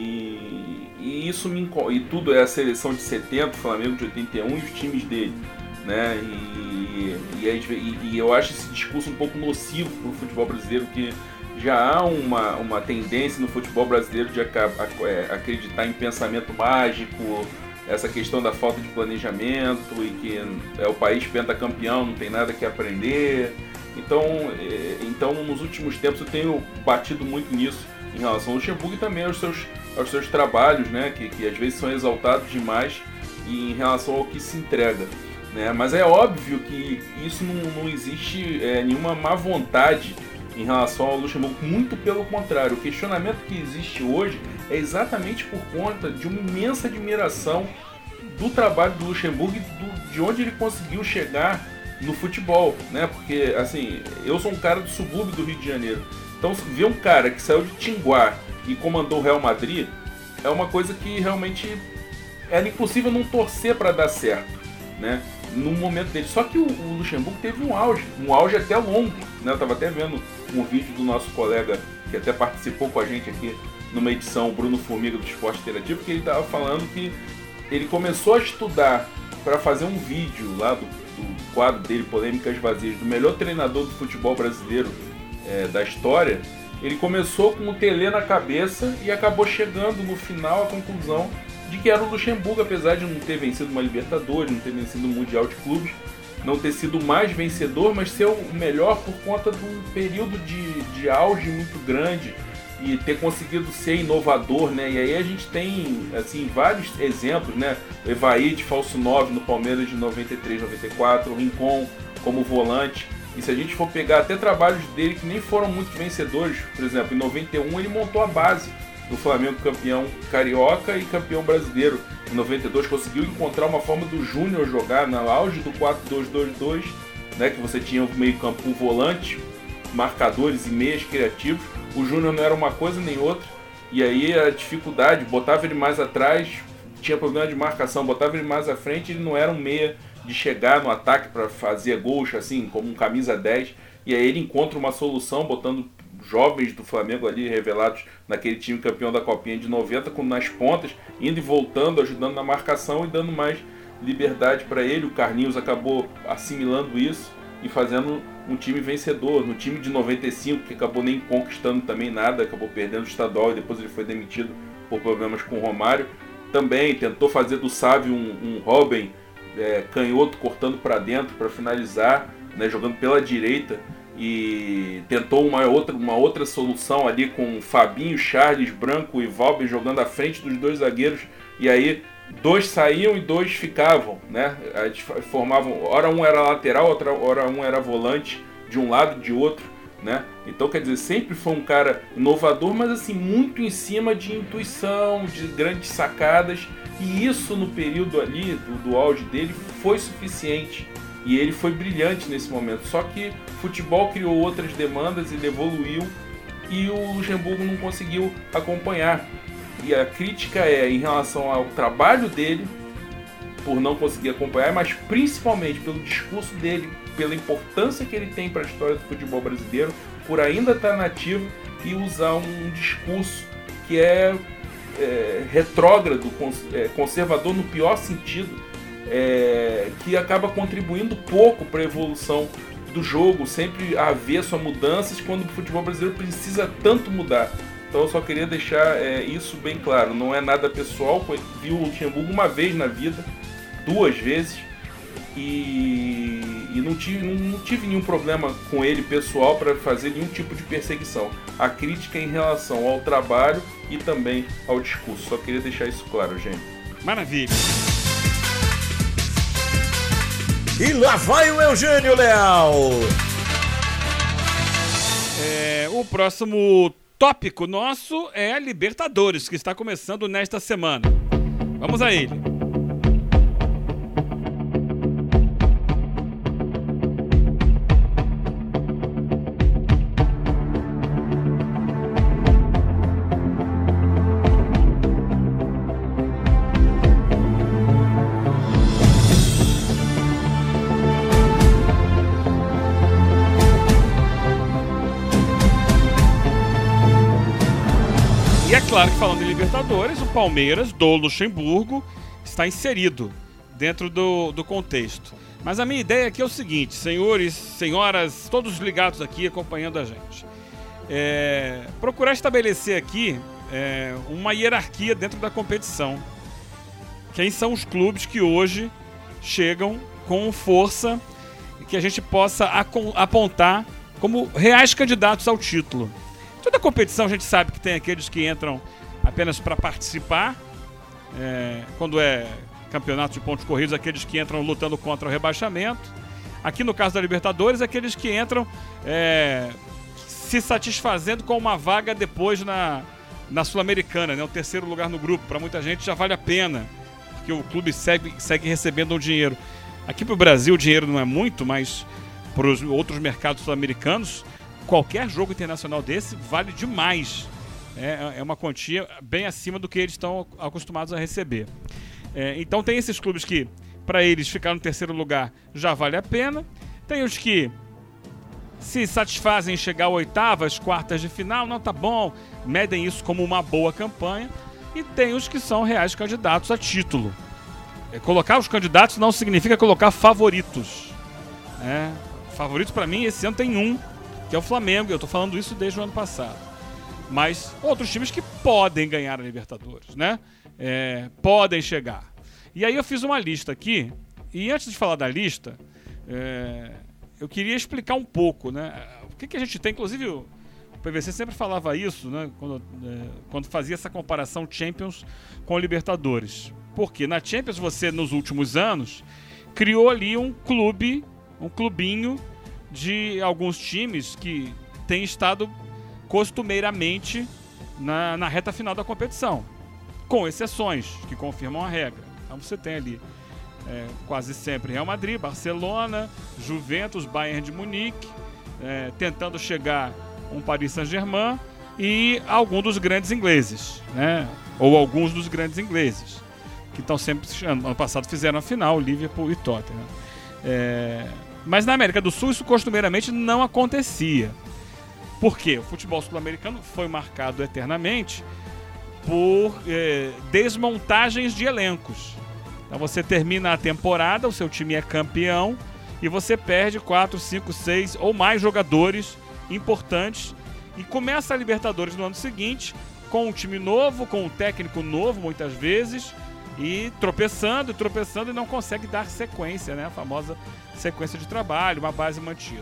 E, e isso me e tudo é a seleção de setenta, o Flamengo de oitenta e um e os times dele, né? E, e, e, e eu acho esse discurso um pouco nocivo para o futebol brasileiro, que já há uma, uma tendência no futebol brasileiro de acreditar em pensamento mágico, essa questão da falta de planejamento e que é o país pentacampeão, não tem nada que aprender. Então, então nos últimos tempos eu tenho batido muito nisso em relação ao Luxemburgo e também aos seus, aos seus trabalhos, né, que, que às vezes são exaltados demais e em relação ao que se entrega, né? Mas é óbvio que isso não, não existe é, nenhuma má vontade em relação ao Luxemburgo, muito pelo contrário. O questionamento que existe hoje é exatamente por conta de uma imensa admiração do trabalho do Luxemburgo e do, de onde ele conseguiu chegar no futebol, né? Porque, assim, eu sou um cara do subúrbio do Rio de Janeiro, então ver um cara que saiu de Tinguá e comandou o Real Madrid é uma coisa que realmente era impossível não torcer para dar certo, né? No momento dele. Só que o, o Luxemburgo teve um auge, um auge até longo, né? Eu estava até vendo um vídeo do nosso colega que até participou com a gente aqui numa edição, Bruno Formiga, do Esporte Interativo, que ele estava falando que ele começou a estudar para fazer um vídeo lá do, do quadro dele, Polêmicas Vazias, do melhor treinador do futebol brasileiro é, da história. Ele começou com o Tele na cabeça e acabou chegando no final à conclusão de que era o Luxemburgo, apesar de não ter vencido uma Libertadores, não ter vencido um Mundial de Clubes, não ter sido o mais vencedor, mas ser o melhor por conta de um período de, de auge muito grande e ter conseguido ser inovador, né? E aí a gente tem, assim, vários exemplos, né? O Evaí de falso nove no Palmeiras de noventa e três, noventa e quatro, o Rincon como volante. E se a gente for pegar até trabalhos dele que nem foram muito vencedores, por exemplo, em noventa e um ele montou a base do Flamengo campeão carioca e campeão brasileiro. Em noventa e dois conseguiu encontrar uma forma do Júnior jogar no auge do quatro dois dois dois, né, que você tinha o meio campo um volante, marcadores e meias criativos. O Júnior não era uma coisa nem outra, e aí a dificuldade, botava ele mais atrás, tinha problema de marcação, botava ele mais à frente, ele não era um meia de chegar no ataque para fazer gols, assim, como um camisa dez, e aí ele encontra uma solução botando jovens do Flamengo ali revelados naquele time campeão da Copinha de noventa, com nas pontas, indo e voltando, ajudando na marcação e dando mais liberdade para ele. O Carlinhos acabou assimilando isso e fazendo um time vencedor. No time de noventa e cinco, que acabou nem conquistando também nada, acabou perdendo o estadual e depois ele foi demitido por problemas com o Romário, também tentou fazer do Sávio um, um Robin é, canhoto, cortando para dentro para finalizar, né, jogando pela direita. E tentou uma outra, uma outra solução ali com Fabinho, Charles, Branco e Valber jogando à frente dos dois zagueiros, e aí dois saíam e dois ficavam, né? Eles formavam, ora um era lateral, outra hora um era volante, de um lado e de outro, né? Então, quer dizer, sempre foi um cara inovador, mas assim, muito em cima de intuição, de grandes sacadas, e isso no período ali do, do auge dele foi suficiente. E ele foi brilhante nesse momento. Só que o futebol criou outras demandas, ele evoluiu e o Luxemburgo não conseguiu acompanhar. E a crítica é em relação ao trabalho dele, por não conseguir acompanhar, mas principalmente pelo discurso dele, pela importância que ele tem para a história do futebol brasileiro, por ainda estar nativo e usar um discurso que é, é retrógrado, conservador no pior sentido. É, que acaba contribuindo pouco para a evolução do jogo, sempre avesso a mudanças quando o futebol brasileiro precisa tanto mudar. Então eu só queria deixar é, isso bem claro, não é nada pessoal, vi o Luxemburgo uma vez na vida, duas vezes, e, e não, tive, não, não tive nenhum problema com ele pessoal para fazer nenhum tipo de perseguição. A crítica é em relação ao trabalho e também ao discurso, só queria deixar isso claro, gente. Maravilha! E lá vai o Eugênio Leal. É, o próximo tópico nosso é a Libertadores, que está começando nesta semana. Vamos a ele. Claro que falando em Libertadores, o Palmeiras do Luxemburgo está inserido dentro do, do contexto. Mas a minha ideia aqui é o seguinte, senhores, senhoras, todos ligados aqui acompanhando a gente. É, procurar estabelecer aqui é, uma hierarquia dentro da competição. Quem são os clubes que hoje chegam com força e que a gente possa apontar como reais candidatos ao título. Toda competição a gente sabe que tem aqueles que entram apenas para participar, é, quando é campeonato de pontos corridos, aqueles que entram lutando contra o rebaixamento. Aqui no caso da Libertadores, aqueles que entram é, se satisfazendo com uma vaga depois na, na Sul-Americana, né? O terceiro lugar no grupo. Para muita gente já vale a pena, porque o clube segue, segue recebendo um dinheiro. Aqui para o Brasil o dinheiro não é muito, mas para os outros mercados sul-americanos, qualquer jogo internacional desse vale demais. É, é uma quantia bem acima do que eles estão acostumados a receber. É, então tem esses clubes que, para eles, ficar no terceiro lugar já vale a pena. Tem os que se satisfazem em chegar a oitavas, quartas de final, não tá bom, medem isso como uma boa campanha. E tem os que são reais candidatos a título. É, colocar os candidatos não significa colocar favoritos. É, favoritos para mim esse ano tem um, que é o Flamengo. Eu tô falando isso desde o ano passado. Mas outros times que podem ganhar a Libertadores, né? É, podem chegar. E aí eu fiz uma lista aqui, e antes de falar da lista, é, eu queria explicar um pouco, né? O que, que a gente tem, inclusive o P V C sempre falava isso, né? Quando, é, quando fazia essa comparação Champions com Libertadores. Porque na Champions você, nos últimos anos, criou ali um clube, um clubinho de alguns times que têm estado costumeiramente na, na reta final da competição, com exceções que confirmam a regra. Então você tem ali é, quase sempre Real Madrid, Barcelona, Juventus, Bayern de Munique, é, tentando chegar um Paris Saint-Germain e algum dos grandes ingleses, né? Ou alguns dos grandes ingleses que estão sempre, ano passado fizeram a final, Liverpool e Tottenham. É, mas na América do Sul isso costumeiramente não acontecia. Por quê? O futebol sul-americano foi marcado eternamente por é, desmontagens de elencos. Então você termina a temporada, o seu time é campeão e você perde quatro, cinco, seis ou mais jogadores importantes e começa a Libertadores no ano seguinte com um time novo, com um técnico novo muitas vezes e tropeçando e tropeçando e não consegue dar sequência, né? A famosa sequência de trabalho, uma base mantida.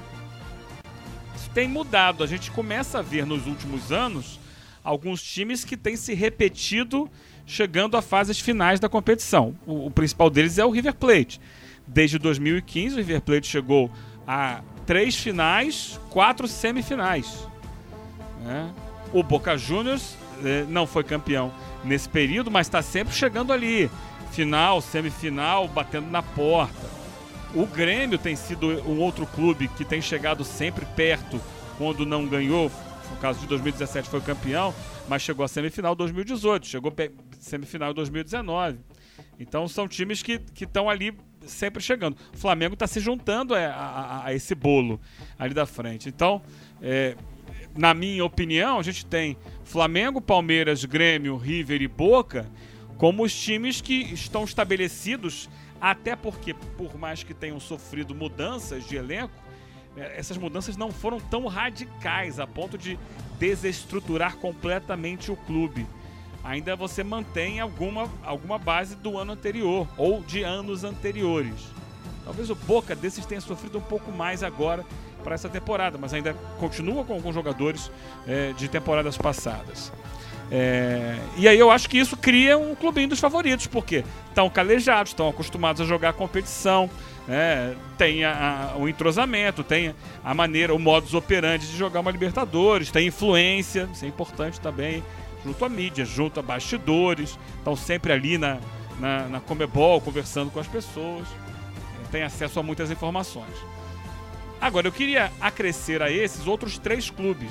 Tem mudado, a gente começa a ver nos últimos anos alguns times que têm se repetido chegando a fases finais da competição. O, o principal deles é o River Plate. Desde dois mil e quinze o River Plate chegou a três finais, quatro semifinais. Né? O Boca Juniors eh, não foi campeão nesse período, mas está sempre chegando ali. Final, semifinal, batendo na porta. O Grêmio tem sido um outro clube que tem chegado sempre perto quando não ganhou. No caso de dois mil e dezessete foi campeão, mas chegou à semifinal em dois mil e dezoito, chegou à semifinal em dois mil e dezenove. Então são times que estão ali sempre chegando. O Flamengo está se juntando a, a, a esse bolo ali da frente. Então, é, na minha opinião, a gente tem Flamengo, Palmeiras, Grêmio, River e Boca como os times que estão estabelecidos. Até porque, por mais que tenham sofrido mudanças de elenco, essas mudanças não foram tão radicais a ponto de desestruturar completamente o clube. Ainda você mantém alguma, alguma base do ano anterior ou de anos anteriores. Talvez o Boca desses tenha sofrido um pouco mais agora para essa temporada, mas ainda continua com alguns jogadores é, de temporadas passadas. É, e aí eu acho que isso cria um clubinho dos favoritos, porque estão calejados, estão acostumados a jogar a competição, né? Tem a, a, o entrosamento, tem a maneira, o modus operandi de jogar uma Libertadores, tem influência, isso é importante também, junto à mídia, junto a bastidores, estão sempre ali na, na, na Conmebol, conversando com as pessoas, tem acesso a muitas informações. Agora, eu queria acrescer a esses outros três clubes.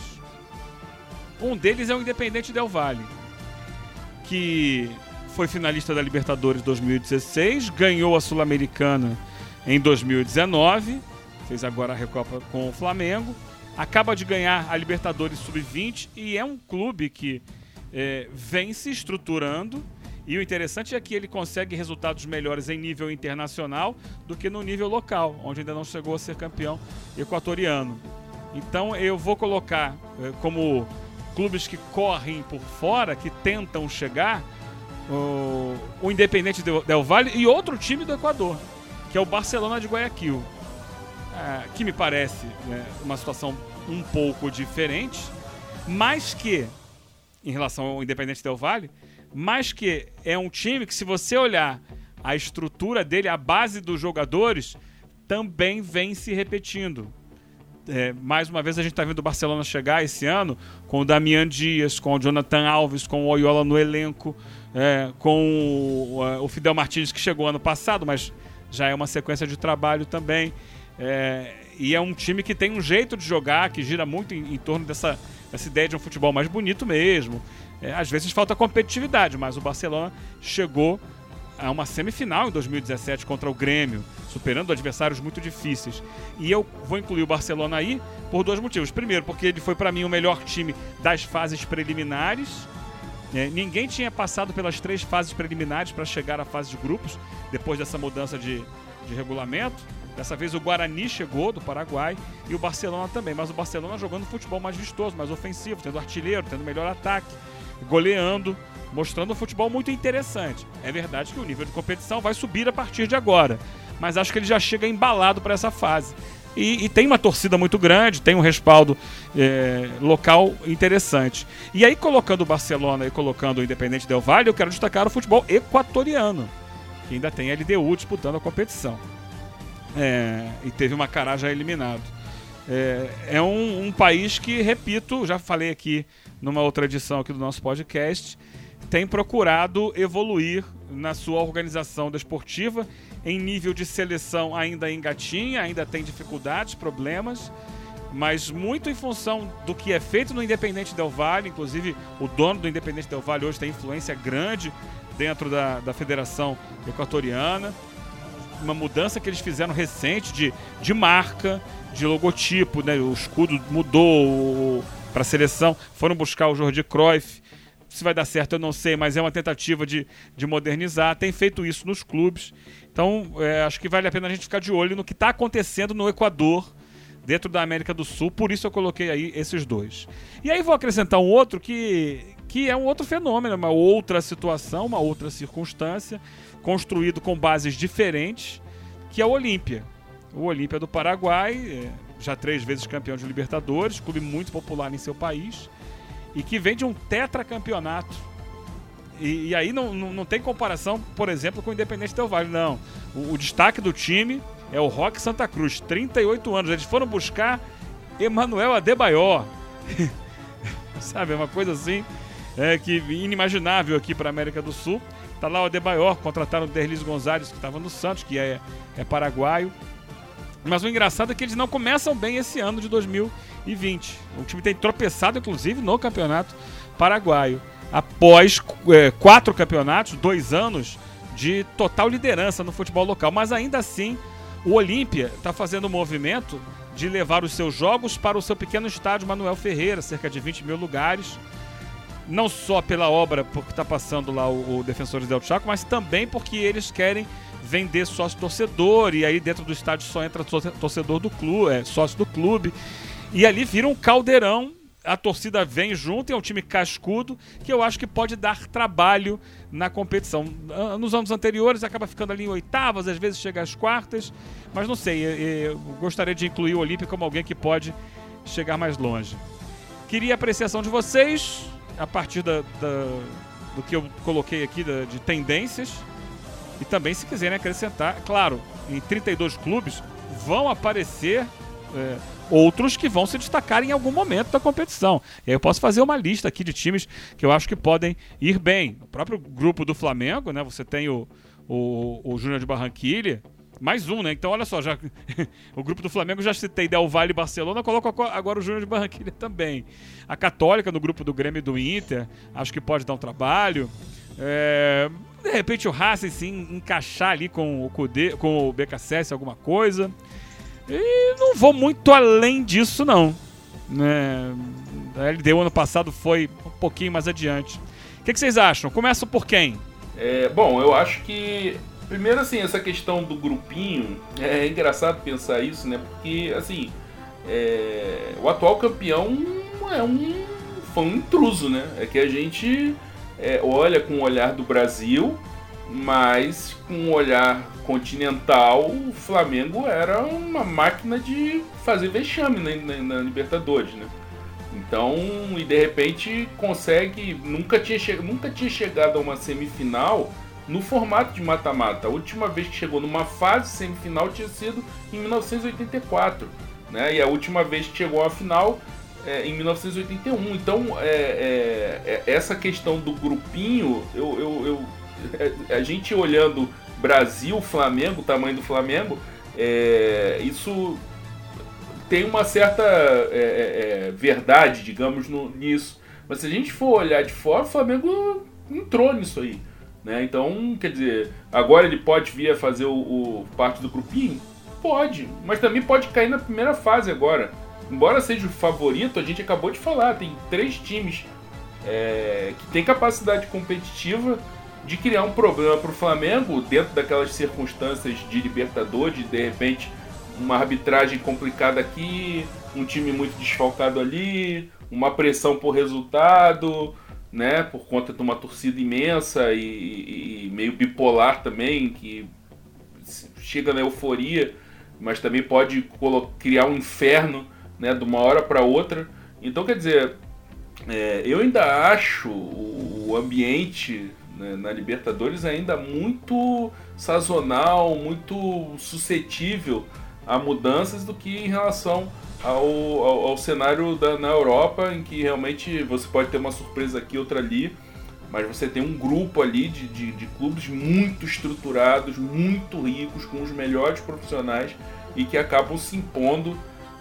Um deles é o Independente Del Valle, que foi finalista da Libertadores dois mil e dezesseis, ganhou a Sul-Americana em dois mil e dezenove, fez agora a Recopa com o Flamengo, acaba de ganhar a Libertadores sub vinte e é um clube que é, vem se estruturando, e o interessante é que ele consegue resultados melhores em nível internacional do que no nível local, onde ainda não chegou a ser campeão equatoriano. Então eu vou colocar é, como clubes que correm por fora, que tentam chegar, o, o Independente Del Valle e outro time do Equador, que é o Barcelona de Guayaquil, é, que me parece, né, uma situação um pouco diferente, mas que, em relação ao Independente Del Valle, mas que é um time que, se você olhar a estrutura dele, a base dos jogadores, também vem se repetindo. É, mais uma vez a gente está vendo o Barcelona chegar esse ano com o Damian Dias, com o Jonathan Alves, com o Oyola no elenco, é, com o, o Fidel Martínez, que chegou ano passado, mas já é uma sequência de trabalho também. É, e é um time que tem um jeito de jogar, que gira muito em, em torno dessa, dessa ideia de um futebol mais bonito mesmo. É, às vezes falta competitividade, mas o Barcelona chegou a uma semifinal em dois mil e dezessete contra o Grêmio, superando adversários muito difíceis. E eu vou incluir o Barcelona aí por dois motivos. Primeiro, porque ele foi para mim o melhor time das fases preliminares. É, ninguém tinha passado pelas três fases preliminares para chegar à fase de grupos, depois dessa mudança de, de regulamento. Dessa vez o Guarani chegou, do Paraguai, e o Barcelona também. Mas o Barcelona jogando futebol mais vistoso, mais ofensivo, tendo artilheiro, tendo melhor ataque, goleando, mostrando um futebol muito interessante. É verdade que o nível de competição vai subir a partir de agora, mas acho que ele já chega embalado para essa fase. E, e tem uma torcida muito grande, tem um respaldo é, local interessante. E aí, colocando o Barcelona e colocando o Independente Del Valle, eu quero destacar o futebol equatoriano, que ainda tem a L D U disputando a competição. É, e teve uma Macará já eliminado. É, é um, um país que, repito, já falei aqui numa outra edição aqui do nosso podcast, tem procurado evoluir na sua organização desportiva. Em nível de seleção ainda engatinha, ainda tem dificuldades, problemas, mas muito em função do que é feito no Independente Del Valle. Inclusive o dono do Independente Del Valle hoje tem influência grande dentro da, da Federação Equatoriana. Uma mudança que eles fizeram recente de, de marca, de logotipo, né? O escudo mudou para a seleção, foram buscar o Jordi Cruyff. Se vai dar certo eu não sei, mas é uma tentativa de, de modernizar. Tem feito isso nos clubes. Então é, acho que vale a pena a gente ficar de olho no que está acontecendo no Equador, dentro da América do Sul. Por isso eu coloquei aí esses dois. E aí vou acrescentar um outro que, que é um outro fenômeno, uma outra situação, uma outra circunstância, construído com bases diferentes, que é o Olímpia. O Olímpia do Paraguai, é, já três vezes campeão de Libertadores, clube muito popular em seu país, e que vem de um tetracampeonato. E, e aí não, não, não tem comparação, por exemplo, com o Independente Del Valle, não. O, o destaque do time é o Roque Santa Cruz, trinta e oito anos. Eles foram buscar Emmanuel Adebayor. Sabe, é uma coisa assim, é, que inimaginável aqui para a América do Sul. Tá lá o Adebayor, contrataram o Derlis Gonzalez, que estava no Santos, que é, é paraguaio. Mas o engraçado é que eles não começam bem esse ano de dois mil e vinte. O time tem tropeçado, inclusive, no campeonato paraguaio. Após é, quatro campeonatos, dois anos de total liderança no futebol local. Mas ainda assim, o Olímpia está fazendo um movimento de levar os seus jogos para o seu pequeno estádio Manuel Ferreira, cerca de vinte mil lugares. Não só pela obra, porque está passando lá o, o Defensores del Chaco, mas também porque eles querem vender sócio-torcedor, e aí dentro do estádio só entra torcedor do clube, é, sócio do clube, e ali vira um caldeirão. A torcida vem junto e é um time cascudo que eu acho que pode dar trabalho na competição. Nos anos anteriores acaba ficando ali em oitavas, às vezes chega às quartas, mas não sei, eu gostaria de incluir o Olímpia como alguém que pode chegar mais longe. Queria a apreciação de vocês a partir da, da, do que eu coloquei aqui da, de tendências, e também se quiserem acrescentar, claro, em trinta e dois clubes vão aparecer é, outros que vão se destacar em algum momento da competição. E aí eu posso fazer uma lista aqui de times que eu acho que podem ir bem. O próprio grupo do Flamengo, né? Você tem o, o, o Júnior de Barranquilla, mais um, né? Então olha só, já o grupo do Flamengo já citei Del Valle e Barcelona, coloco agora o Júnior de Barranquilla também. A Católica no grupo do Grêmio e do Inter, acho que pode dar um trabalho. É, de repente o Racing sim encaixar ali com o Cudê, com o B K S S, alguma coisa. E não vou muito além disso, não. Né? A L D U ano passado foi um pouquinho mais adiante. O que, que vocês acham? Começa por quem? É, bom, eu acho que primeiro, assim, essa questão do grupinho, é engraçado pensar isso, né? Porque, assim, é, o atual campeão é um, foi um intruso, né? É que a gente é, olha com o olhar do Brasil, mas com o olhar continental, o Flamengo era uma máquina de fazer vexame na, na, na Libertadores, né? Então, e de repente consegue, nunca tinha, che- nunca tinha chegado a uma semifinal no formato de mata-mata. A última vez que chegou numa fase semifinal tinha sido em mil novecentos e oitenta e quatro, né? E a última vez que chegou à final é em mil novecentos e oitenta e um. Então, é, é, é, essa questão do grupinho, eu, eu, eu, a gente olhando Brasil, Flamengo, o tamanho do Flamengo, é, isso tem uma certa é, é, verdade, digamos, no, nisso. Mas se a gente for olhar de fora, o Flamengo entrou nisso aí, né? Então, quer dizer, agora ele pode vir a fazer o, o parte do grupinho? Pode, mas também pode cair na primeira fase agora. Embora seja o favorito, a gente acabou de falar, tem três times é, que tem capacidade competitiva de criar um problema para o Flamengo dentro daquelas circunstâncias de Libertadores, de, de repente uma arbitragem complicada aqui, um time muito desfalcado ali, uma pressão por resultado, né, por conta de uma torcida imensa e, e meio bipolar também, que chega na euforia, mas também pode criar um inferno, né, de uma hora para outra. Então, quer dizer, é, eu ainda acho o ambiente, né, na Libertadores ainda muito sazonal, muito suscetível a mudanças do que em relação ao, ao, ao cenário da, na Europa, em que realmente você pode ter uma surpresa aqui, outra ali, mas você tem um grupo ali de, de, de clubes muito estruturados, muito ricos, com os melhores profissionais e que acabam se impondo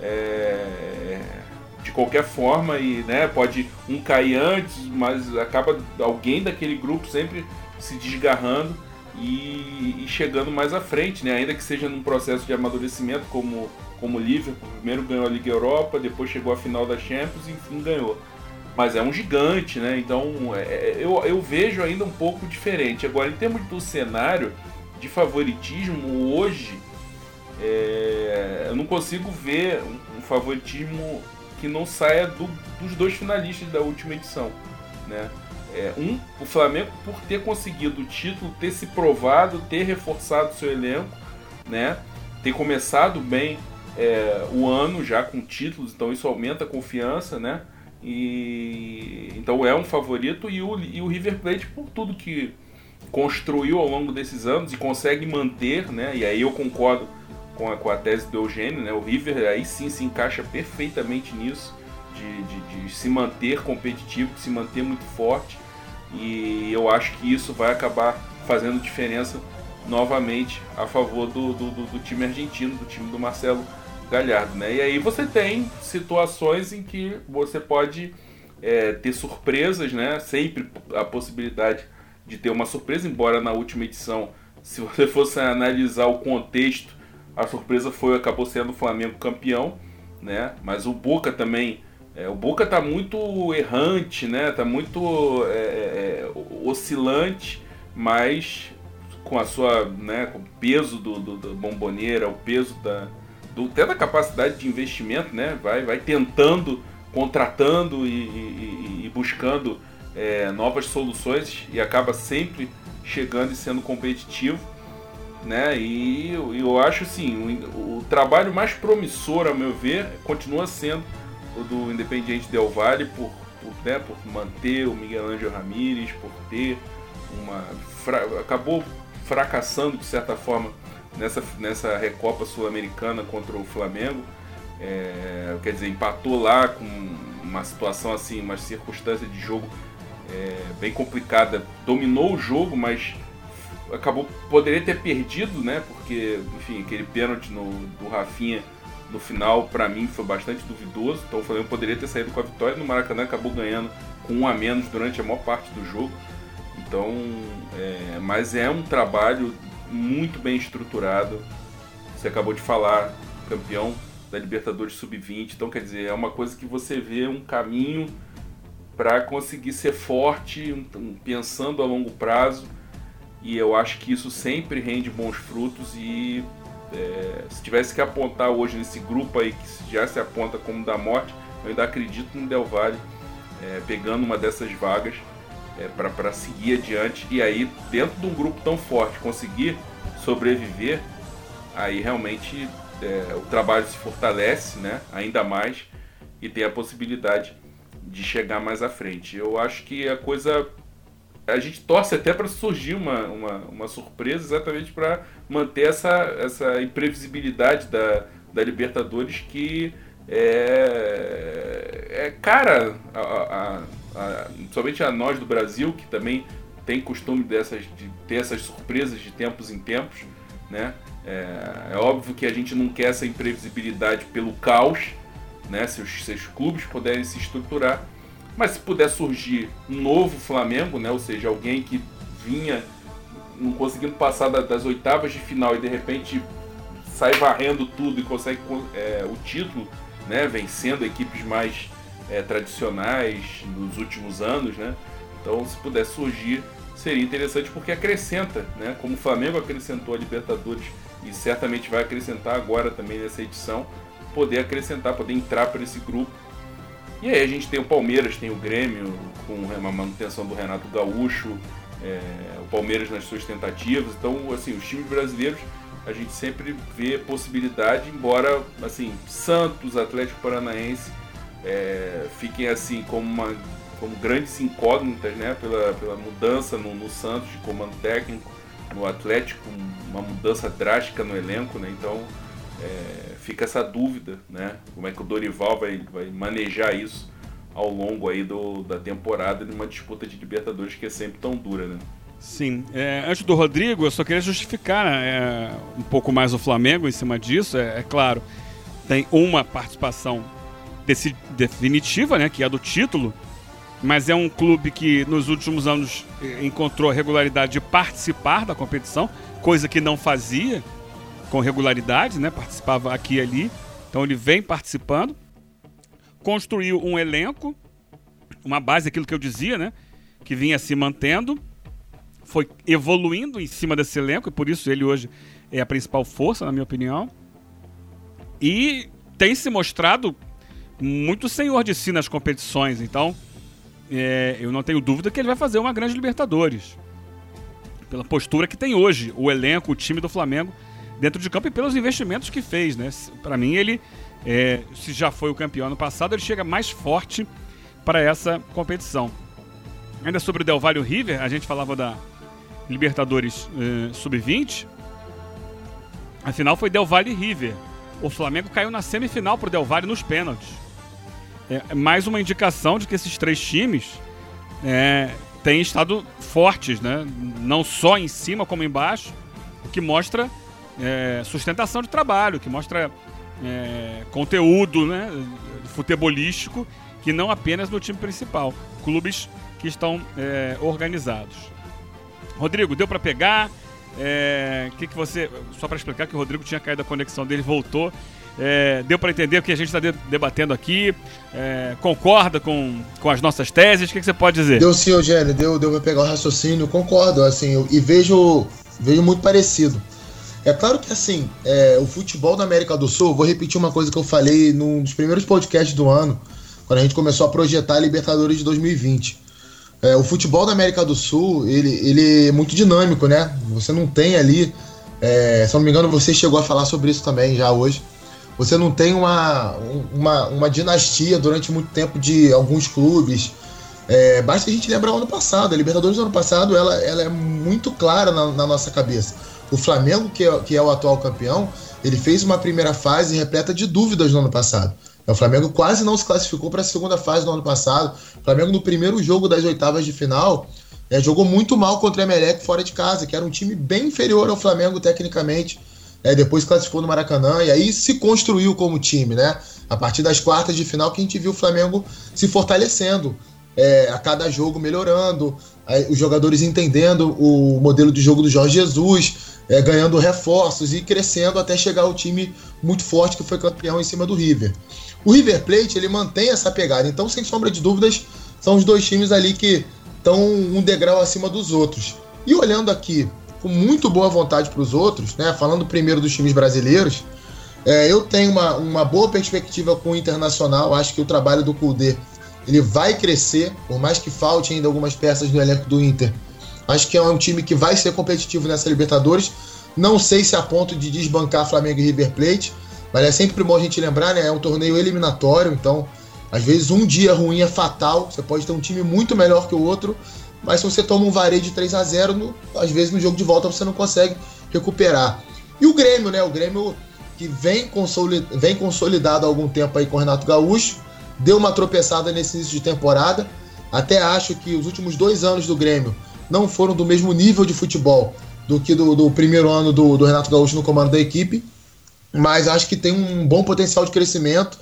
é, de qualquer forma, e né, pode um cair antes, mas acaba alguém daquele grupo sempre se desgarrando e, e chegando mais à frente, né? Ainda que seja num processo de amadurecimento, como, como o Liverpool, primeiro ganhou a Liga Europa, depois chegou à final da Champions e enfim ganhou. Mas é um gigante, né? Então é, eu, eu vejo ainda um pouco diferente. Agora, em termos do cenário de favoritismo, hoje é, eu não consigo ver um, um favoritismo que não saia do, dos dois finalistas da última edição, né? É, um, o Flamengo, por ter conseguido o título, ter se provado, ter reforçado seu elenco, né? Ter começado bem é, o ano já com títulos, então isso aumenta a confiança, né? E então é um favorito, e o, e o River Plate, por tudo que construiu ao longo desses anos e consegue manter, né? E aí eu concordo com a, com a tese do Eugênio, né? O River aí sim se encaixa perfeitamente nisso, de, de, de se manter competitivo, de se manter muito forte, e eu acho que isso vai acabar fazendo diferença novamente a favor do, do, do, do time argentino, do time do Marcelo Gallardo, né? E aí você tem situações em que você pode é, ter surpresas, né? Sempre a possibilidade de ter uma surpresa, embora na última edição, se você fosse analisar o contexto, a surpresa foi, acabou sendo o Flamengo campeão, né? Mas o Boca também, é, o Boca tá muito errante, né? Tá muito é, é, oscilante, mas com a sua, né, com o peso do, do, do Bombonera, o peso da Do, até da capacidade de investimento, né? vai, vai tentando, contratando e, e, e buscando é, novas soluções, e acaba sempre chegando e sendo competitivo, né? E eu, eu acho assim, o, o trabalho mais promissor, a meu ver, continua sendo o do Independiente Del Valle, por, por, né, por manter o Miguel Ángel Ramírez, por ter uma... Fra, acabou fracassando de certa forma Nessa, nessa Recopa Sul-Americana contra o Flamengo, é, quer dizer, empatou lá com uma situação assim, uma circunstância de jogo é, bem complicada, dominou o jogo, mas acabou, poderia ter perdido, né? Porque, enfim, aquele pênalti no, do Rafinha no final, para mim, foi bastante duvidoso, então o Flamengo poderia ter saído com a vitória, no Maracanã acabou ganhando com um a menos durante a maior parte do jogo, então, é, mas é um trabalho muito bem estruturado. Você acabou de falar, campeão da Libertadores sub vinte, então quer dizer, é uma coisa que você vê um caminho para conseguir ser forte, um, pensando a longo prazo, e eu acho que isso sempre rende bons frutos. E é, se tivesse que apontar hoje nesse grupo aí que já se aponta como da morte, eu ainda acredito no Del Valle é, pegando uma dessas vagas É, para seguir adiante, e aí dentro de um grupo tão forte conseguir sobreviver, aí realmente é, o trabalho se fortalece, né, ainda mais, e tem a possibilidade de chegar mais à frente. Eu acho que a coisa, a gente torce até para surgir uma, uma, uma surpresa, exatamente para manter essa, essa imprevisibilidade da, da Libertadores que é, é cara, a, a, a, somente a nós do Brasil, que também tem costume dessas, de ter essas surpresas de tempos em tempos, né? É, é óbvio que a gente não quer essa imprevisibilidade pelo caos, né? Se os, se os clubes puderem se estruturar, mas se puder surgir um novo Flamengo, né? Ou seja, alguém que vinha não conseguindo passar da, das oitavas de final e de repente sai varrendo tudo e consegue é, o título, né? Vencendo equipes mais é, tradicionais nos últimos anos, né? Então, se puder surgir, seria interessante porque acrescenta, né? Como o Flamengo acrescentou a Libertadores e certamente vai acrescentar agora também nessa edição, poder acrescentar, poder entrar para esse grupo. E aí a gente tem o Palmeiras, tem o Grêmio, com a manutenção do Renato Gaúcho, é, o Palmeiras nas suas tentativas. Então, assim, os times brasileiros, a gente sempre vê possibilidade, embora, assim, Santos, Atlético Paranaense, é, fiquem, assim, como uma... como grandes incógnitas, né, pela, pela mudança no, no Santos de comando técnico, no Atlético, uma mudança drástica no elenco, né, então é, fica essa dúvida, né, como é que o Dorival vai, vai manejar isso ao longo aí do, da temporada numa disputa de Libertadores que é sempre tão dura, né. Sim, é, antes do Rodrigo, eu só queria justificar é, um pouco mais o Flamengo em cima disso, é, é claro, tem uma participação desse, definitiva, né, que é a do título, mas é um clube que nos últimos anos encontrou a regularidade de participar da competição, coisa que não fazia com regularidade, né? Participava aqui e ali, então ele vem participando, construiu um elenco, uma base, aquilo que eu dizia, né? Que vinha se mantendo, foi evoluindo em cima desse elenco, e por isso ele hoje é a principal força, na minha opinião, e tem se mostrado muito senhor de si nas competições, então É, eu não tenho dúvida que ele vai fazer uma grande Libertadores. Pela postura que tem hoje, o elenco, o time do Flamengo dentro de campo e pelos investimentos que fez, né? Para mim, ele, é, se já foi o campeão ano passado, ele chega mais forte para essa competição. Ainda sobre o Del Valle River, a gente falava da Libertadores é, sub vinte. A final foi Del Valle River. O Flamengo caiu na semifinal para o Del Valle nos pênaltis. É mais uma indicação de que esses três times é, têm estado fortes, né? Não só em cima como embaixo, o que mostra é, sustentação de trabalho, que mostra é, conteúdo, né, futebolístico, que não apenas no time principal, clubes que estão é, organizados. Rodrigo, deu para pegar? É, que que você, só para explicar que o Rodrigo tinha caído a conexão dele, voltou. É, deu para entender o que a gente está de, debatendo aqui? É, concorda com, com as nossas teses? O que, que você pode dizer? Deu sim, Eugênio, deu, deu para pegar o raciocínio, concordo, assim, eu, e vejo, vejo muito parecido. É claro que, assim, é, o futebol da América do Sul, vou repetir uma coisa que eu falei num dos primeiros podcasts do ano, quando a gente começou a projetar a Libertadores de dois mil e vinte. É, o futebol da América do Sul, ele, ele é muito dinâmico, né? Você não tem ali, é, se eu não me engano, você chegou a falar sobre isso também já hoje. Você não tem uma, uma, uma dinastia durante muito tempo de alguns clubes. É, basta a gente lembrar o ano passado. A Libertadores do ano passado ela, ela é muito clara na, na nossa cabeça. O Flamengo, que é, que é o atual campeão, ele fez uma primeira fase repleta de dúvidas no ano passado. O Flamengo quase não se classificou para a segunda fase do ano passado. O Flamengo, no primeiro jogo das oitavas de final, é, jogou muito mal contra o Emelec fora de casa, que era um time bem inferior ao Flamengo tecnicamente. É, depois classificou no Maracanã e aí se construiu como time, né? A partir das quartas de final que a gente viu o Flamengo se fortalecendo, é, a cada jogo melhorando, aí, os jogadores entendendo o modelo de jogo do Jorge Jesus, é, ganhando reforços e crescendo até chegar ao time muito forte que foi campeão em cima do River. O River Plate, ele mantém essa pegada, então sem sombra de dúvidas são os dois times ali que estão um degrau acima dos outros. E olhando aqui com muito boa vontade para os outros, né? Falando primeiro dos times brasileiros, é, eu tenho uma, uma boa perspectiva com o Internacional. Acho que o trabalho do Kudê, ele vai crescer, por mais que falte ainda algumas peças no elenco do Inter. Acho que é um time que vai ser competitivo nessa Libertadores. Não sei se a ponto de desbancar Flamengo e River Plate, mas é sempre bom a gente lembrar, né? É um torneio eliminatório, então às vezes um dia ruim é fatal. Você pode ter um time muito melhor que o outro, mas se você toma um vareio de três a zero, no, às vezes no jogo de volta você não consegue recuperar. E o Grêmio, né? O Grêmio que vem, consolid, vem consolidado há algum tempo aí com o Renato Gaúcho, deu uma tropeçada nesse início de temporada. Até acho que os últimos dois anos do Grêmio não foram do mesmo nível de futebol do que do, do primeiro ano do, do Renato Gaúcho no comando da equipe, mas acho que tem um bom potencial de crescimento.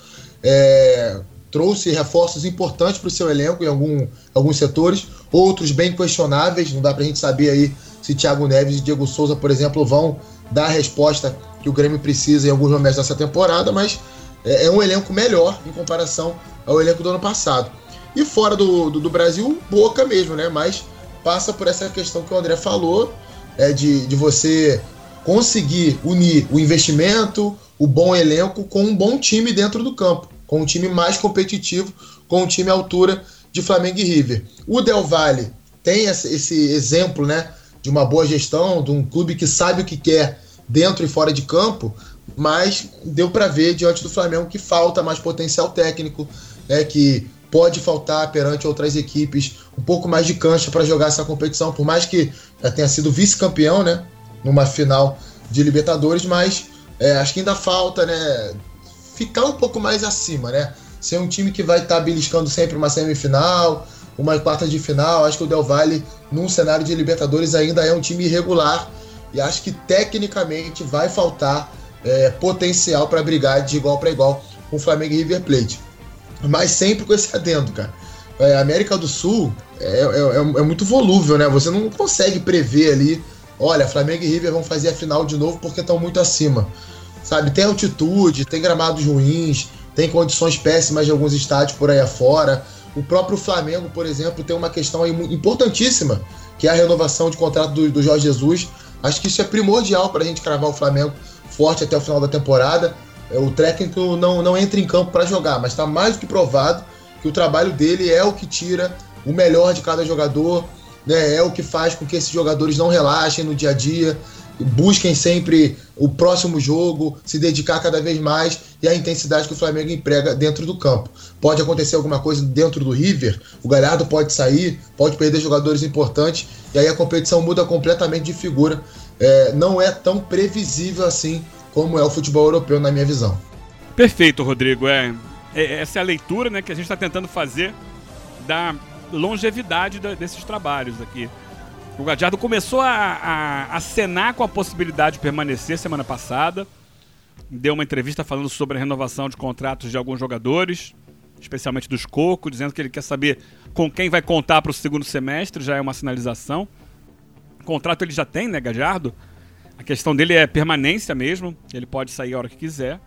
É, trouxe reforços importantes para o seu elenco em algum, alguns setores, outros bem questionáveis. Não dá para a gente saber aí se Thiago Neves e Diego Souza, por exemplo, vão dar a resposta que o Grêmio precisa em alguns momentos dessa temporada, mas é, é um elenco melhor em comparação ao elenco do ano passado. E fora do, do, do Brasil, Boca mesmo, né? Mas passa por essa questão que o André falou, é de, de você conseguir unir o investimento, o bom elenco com um bom time dentro do campo, com um time mais competitivo, com um time à altura de Flamengo e River. O Del Valle tem esse exemplo, né, de uma boa gestão, de um clube que sabe o que quer dentro e fora de campo, mas deu para ver diante do Flamengo que falta mais potencial técnico, né, que pode faltar perante outras equipes um pouco mais de cancha para jogar essa competição, por mais que já tenha sido vice-campeão, né, numa final de Libertadores, mas é, acho que ainda falta, né, ficar um pouco mais acima, né, ser um time que vai estar tá beliscando sempre uma semifinal, uma quarta de final. Acho que o Del Valle, num cenário de Libertadores, ainda é um time irregular e acho que tecnicamente vai faltar é, potencial para brigar de igual para igual com o Flamengo e River Plate. Mas sempre com esse adendo, cara. É, a América do Sul é, é, é muito volúvel, né? Você não consegue prever ali, olha, Flamengo e River vão fazer a final de novo porque estão muito acima. Sabe, tem altitude, tem gramados ruins, tem condições péssimas de alguns estádios por aí afora. O próprio Flamengo, por exemplo, tem uma questão aí importantíssima, que é a renovação de contrato do, do Jorge Jesus. Acho que isso é primordial para a gente cravar o Flamengo forte até o final da temporada. O técnico não, não entra em campo para jogar, mas está mais do que provado que o trabalho dele é o que tira o melhor de cada jogador, né? É o que faz com que esses jogadores não relaxem no dia a dia, busquem sempre o próximo jogo, se dedicar cada vez mais, e a intensidade que o Flamengo emprega dentro do campo. Pode acontecer alguma coisa dentro do River, o Galhardo pode sair, pode perder jogadores importantes, e aí a competição muda completamente de figura. É, não é tão previsível assim como é o futebol europeu, na minha visão. Perfeito, Rodrigo. É, é, essa é a leitura, né, que a gente está tentando fazer da longevidade da, desses trabalhos aqui. O Galhardo começou a, a acenar com a possibilidade de permanecer semana passada. Deu uma entrevista falando sobre a renovação de contratos de alguns jogadores, especialmente dos Coco, dizendo que ele quer saber com quem vai contar para o segundo semestre, já é uma sinalização. O contrato ele já tem, né, Galhardo? A questão dele é permanência mesmo, ele pode sair a hora que quiser.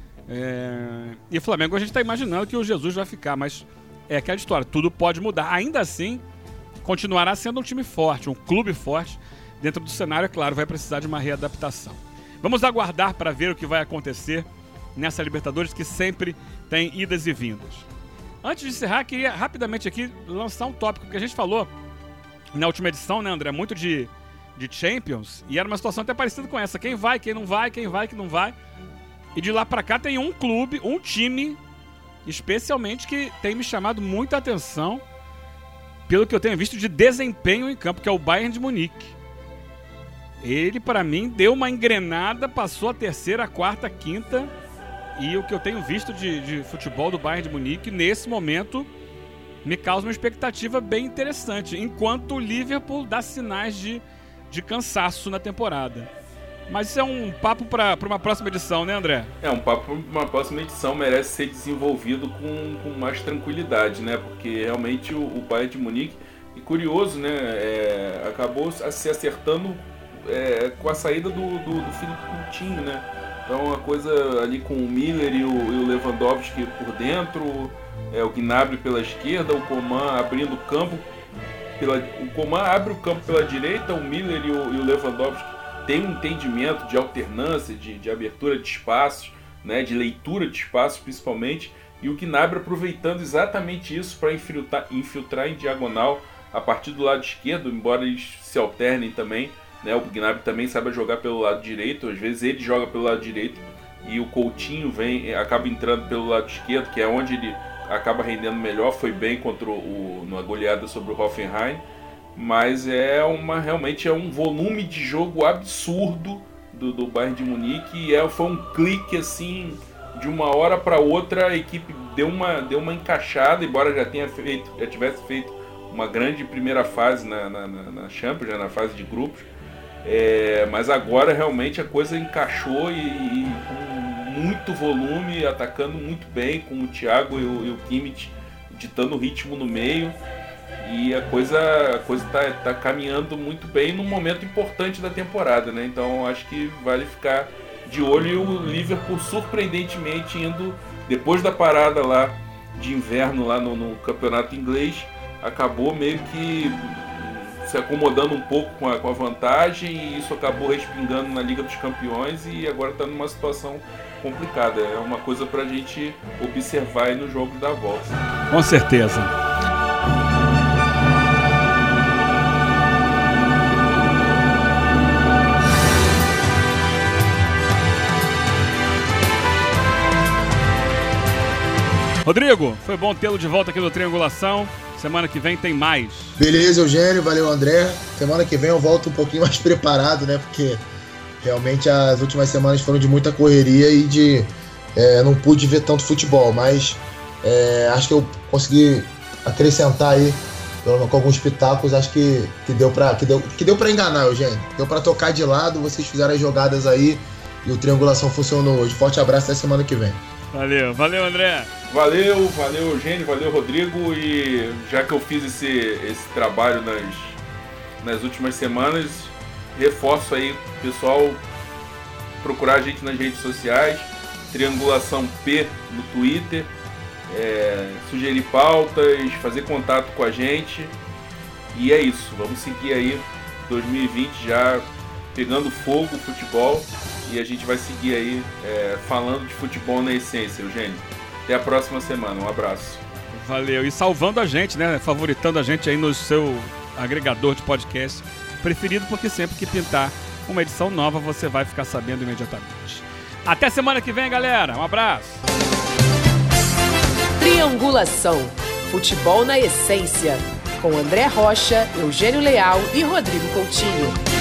É... E o Flamengo a gente está imaginando que o Jesus vai ficar, mas é aquela história, tudo pode mudar. Ainda assim, continuará sendo um time forte, um clube forte. Dentro do cenário, é claro, vai precisar de uma readaptação. Vamos aguardar para ver o que vai acontecer nessa Libertadores, que sempre tem idas e vindas. Antes de encerrar, queria rapidamente aqui lançar um tópico que a gente falou na última edição, né, André? Muito de... de Champions, e era uma situação até parecida com essa, quem vai, quem não vai, quem vai, quem não vai, e de lá pra cá tem um clube, um time especialmente que tem me chamado muita atenção pelo que eu tenho visto de desempenho em campo, que é o Bayern de Munique. Ele, pra mim, deu uma engrenada, passou a terceira, a quarta, a quinta, e o que eu tenho visto de, de futebol do Bayern de Munique nesse momento me causa uma expectativa bem interessante, enquanto o Liverpool dá sinais de de cansaço na temporada. Mas isso é um papo para uma próxima edição, né, André? É, um papo para uma próxima edição, merece ser desenvolvido com, com mais tranquilidade, né? Porque realmente o, o Bayern de Munique, e curioso, né, é, acabou se acertando é, com a saída do, do, do Filipe Coutinho, né? Então a coisa ali com o Miller e o, e o Lewandowski por dentro, é, o Gnabry pela esquerda, o Coman abrindo o campo. Pela, o Coman abre o campo pela direita, o Miller e o, e o Lewandowski têm um entendimento de alternância, de, de abertura de espaços, né, de leitura de espaços principalmente, e o Gnabry aproveitando exatamente isso para infiltrar, infiltrar em diagonal a partir do lado esquerdo, embora eles se alternem também, né, o Gnabry também sabe jogar pelo lado direito, às vezes ele joga pelo lado direito e o Coutinho vem, acaba entrando pelo lado esquerdo, que é onde ele acaba rendendo melhor, foi bem contra o, numa goleada sobre o Hoffenheim, mas é uma, realmente é um volume de jogo absurdo do, do Bayern de Munique, e é, foi um clique assim, de uma hora para outra a equipe deu uma, deu uma encaixada, embora já tenha feito, já tivesse feito uma grande primeira fase na, na, na Champions, já na fase de grupos, é, mas agora realmente a coisa encaixou e, e com muito volume, atacando muito bem, com o Thiago e o, e o Kimmich ditando o ritmo no meio, e a coisa a coisa tá, tá caminhando muito bem num momento importante da temporada, né? Então acho que vale ficar de olho, e o Liverpool surpreendentemente indo, depois da parada lá de inverno lá no, no campeonato inglês, acabou meio que se acomodando um pouco com a, com a vantagem, e isso acabou respingando na Liga dos Campeões, e agora está numa situação complicada. É uma coisa para a gente observar aí no jogo da volta. Com certeza. Rodrigo, foi bom tê-lo de volta aqui no Triangulação. Semana que vem tem mais. Beleza, Eugênio, valeu, André. Semana que vem eu volto um pouquinho mais preparado, né? Porque realmente as últimas semanas foram de muita correria e de é, não pude ver tanto futebol, mas é, acho que eu consegui acrescentar aí com alguns pitacos. Acho que, que deu pra, que deu, que deu pra enganar, Eugênio. Deu pra tocar de lado, vocês fizeram as jogadas aí e o Triangulação funcionou hoje. Forte abraço, até semana que vem. Valeu, valeu, André. Valeu, valeu, Eugênio, valeu, Rodrigo. E já que eu fiz esse, esse trabalho nas, nas últimas semanas, reforço aí, pessoal, procurar a gente nas redes sociais, Triangulação P no Twitter, é, sugerir pautas, fazer contato com a gente. E é isso, vamos seguir aí dois mil e vinte já pegando fogo o futebol, e a gente vai seguir aí é, falando de futebol na essência, Eugênio. Até a próxima semana, um abraço. Valeu, e salvando a gente, né, favoritando a gente aí no seu agregador de podcast preferido, porque sempre que pintar uma edição nova você vai ficar sabendo imediatamente. Até semana que vem, galera, um abraço. Triangulação, futebol na essência, com André Rocha, Eugênio Leal e Rodrigo Coutinho.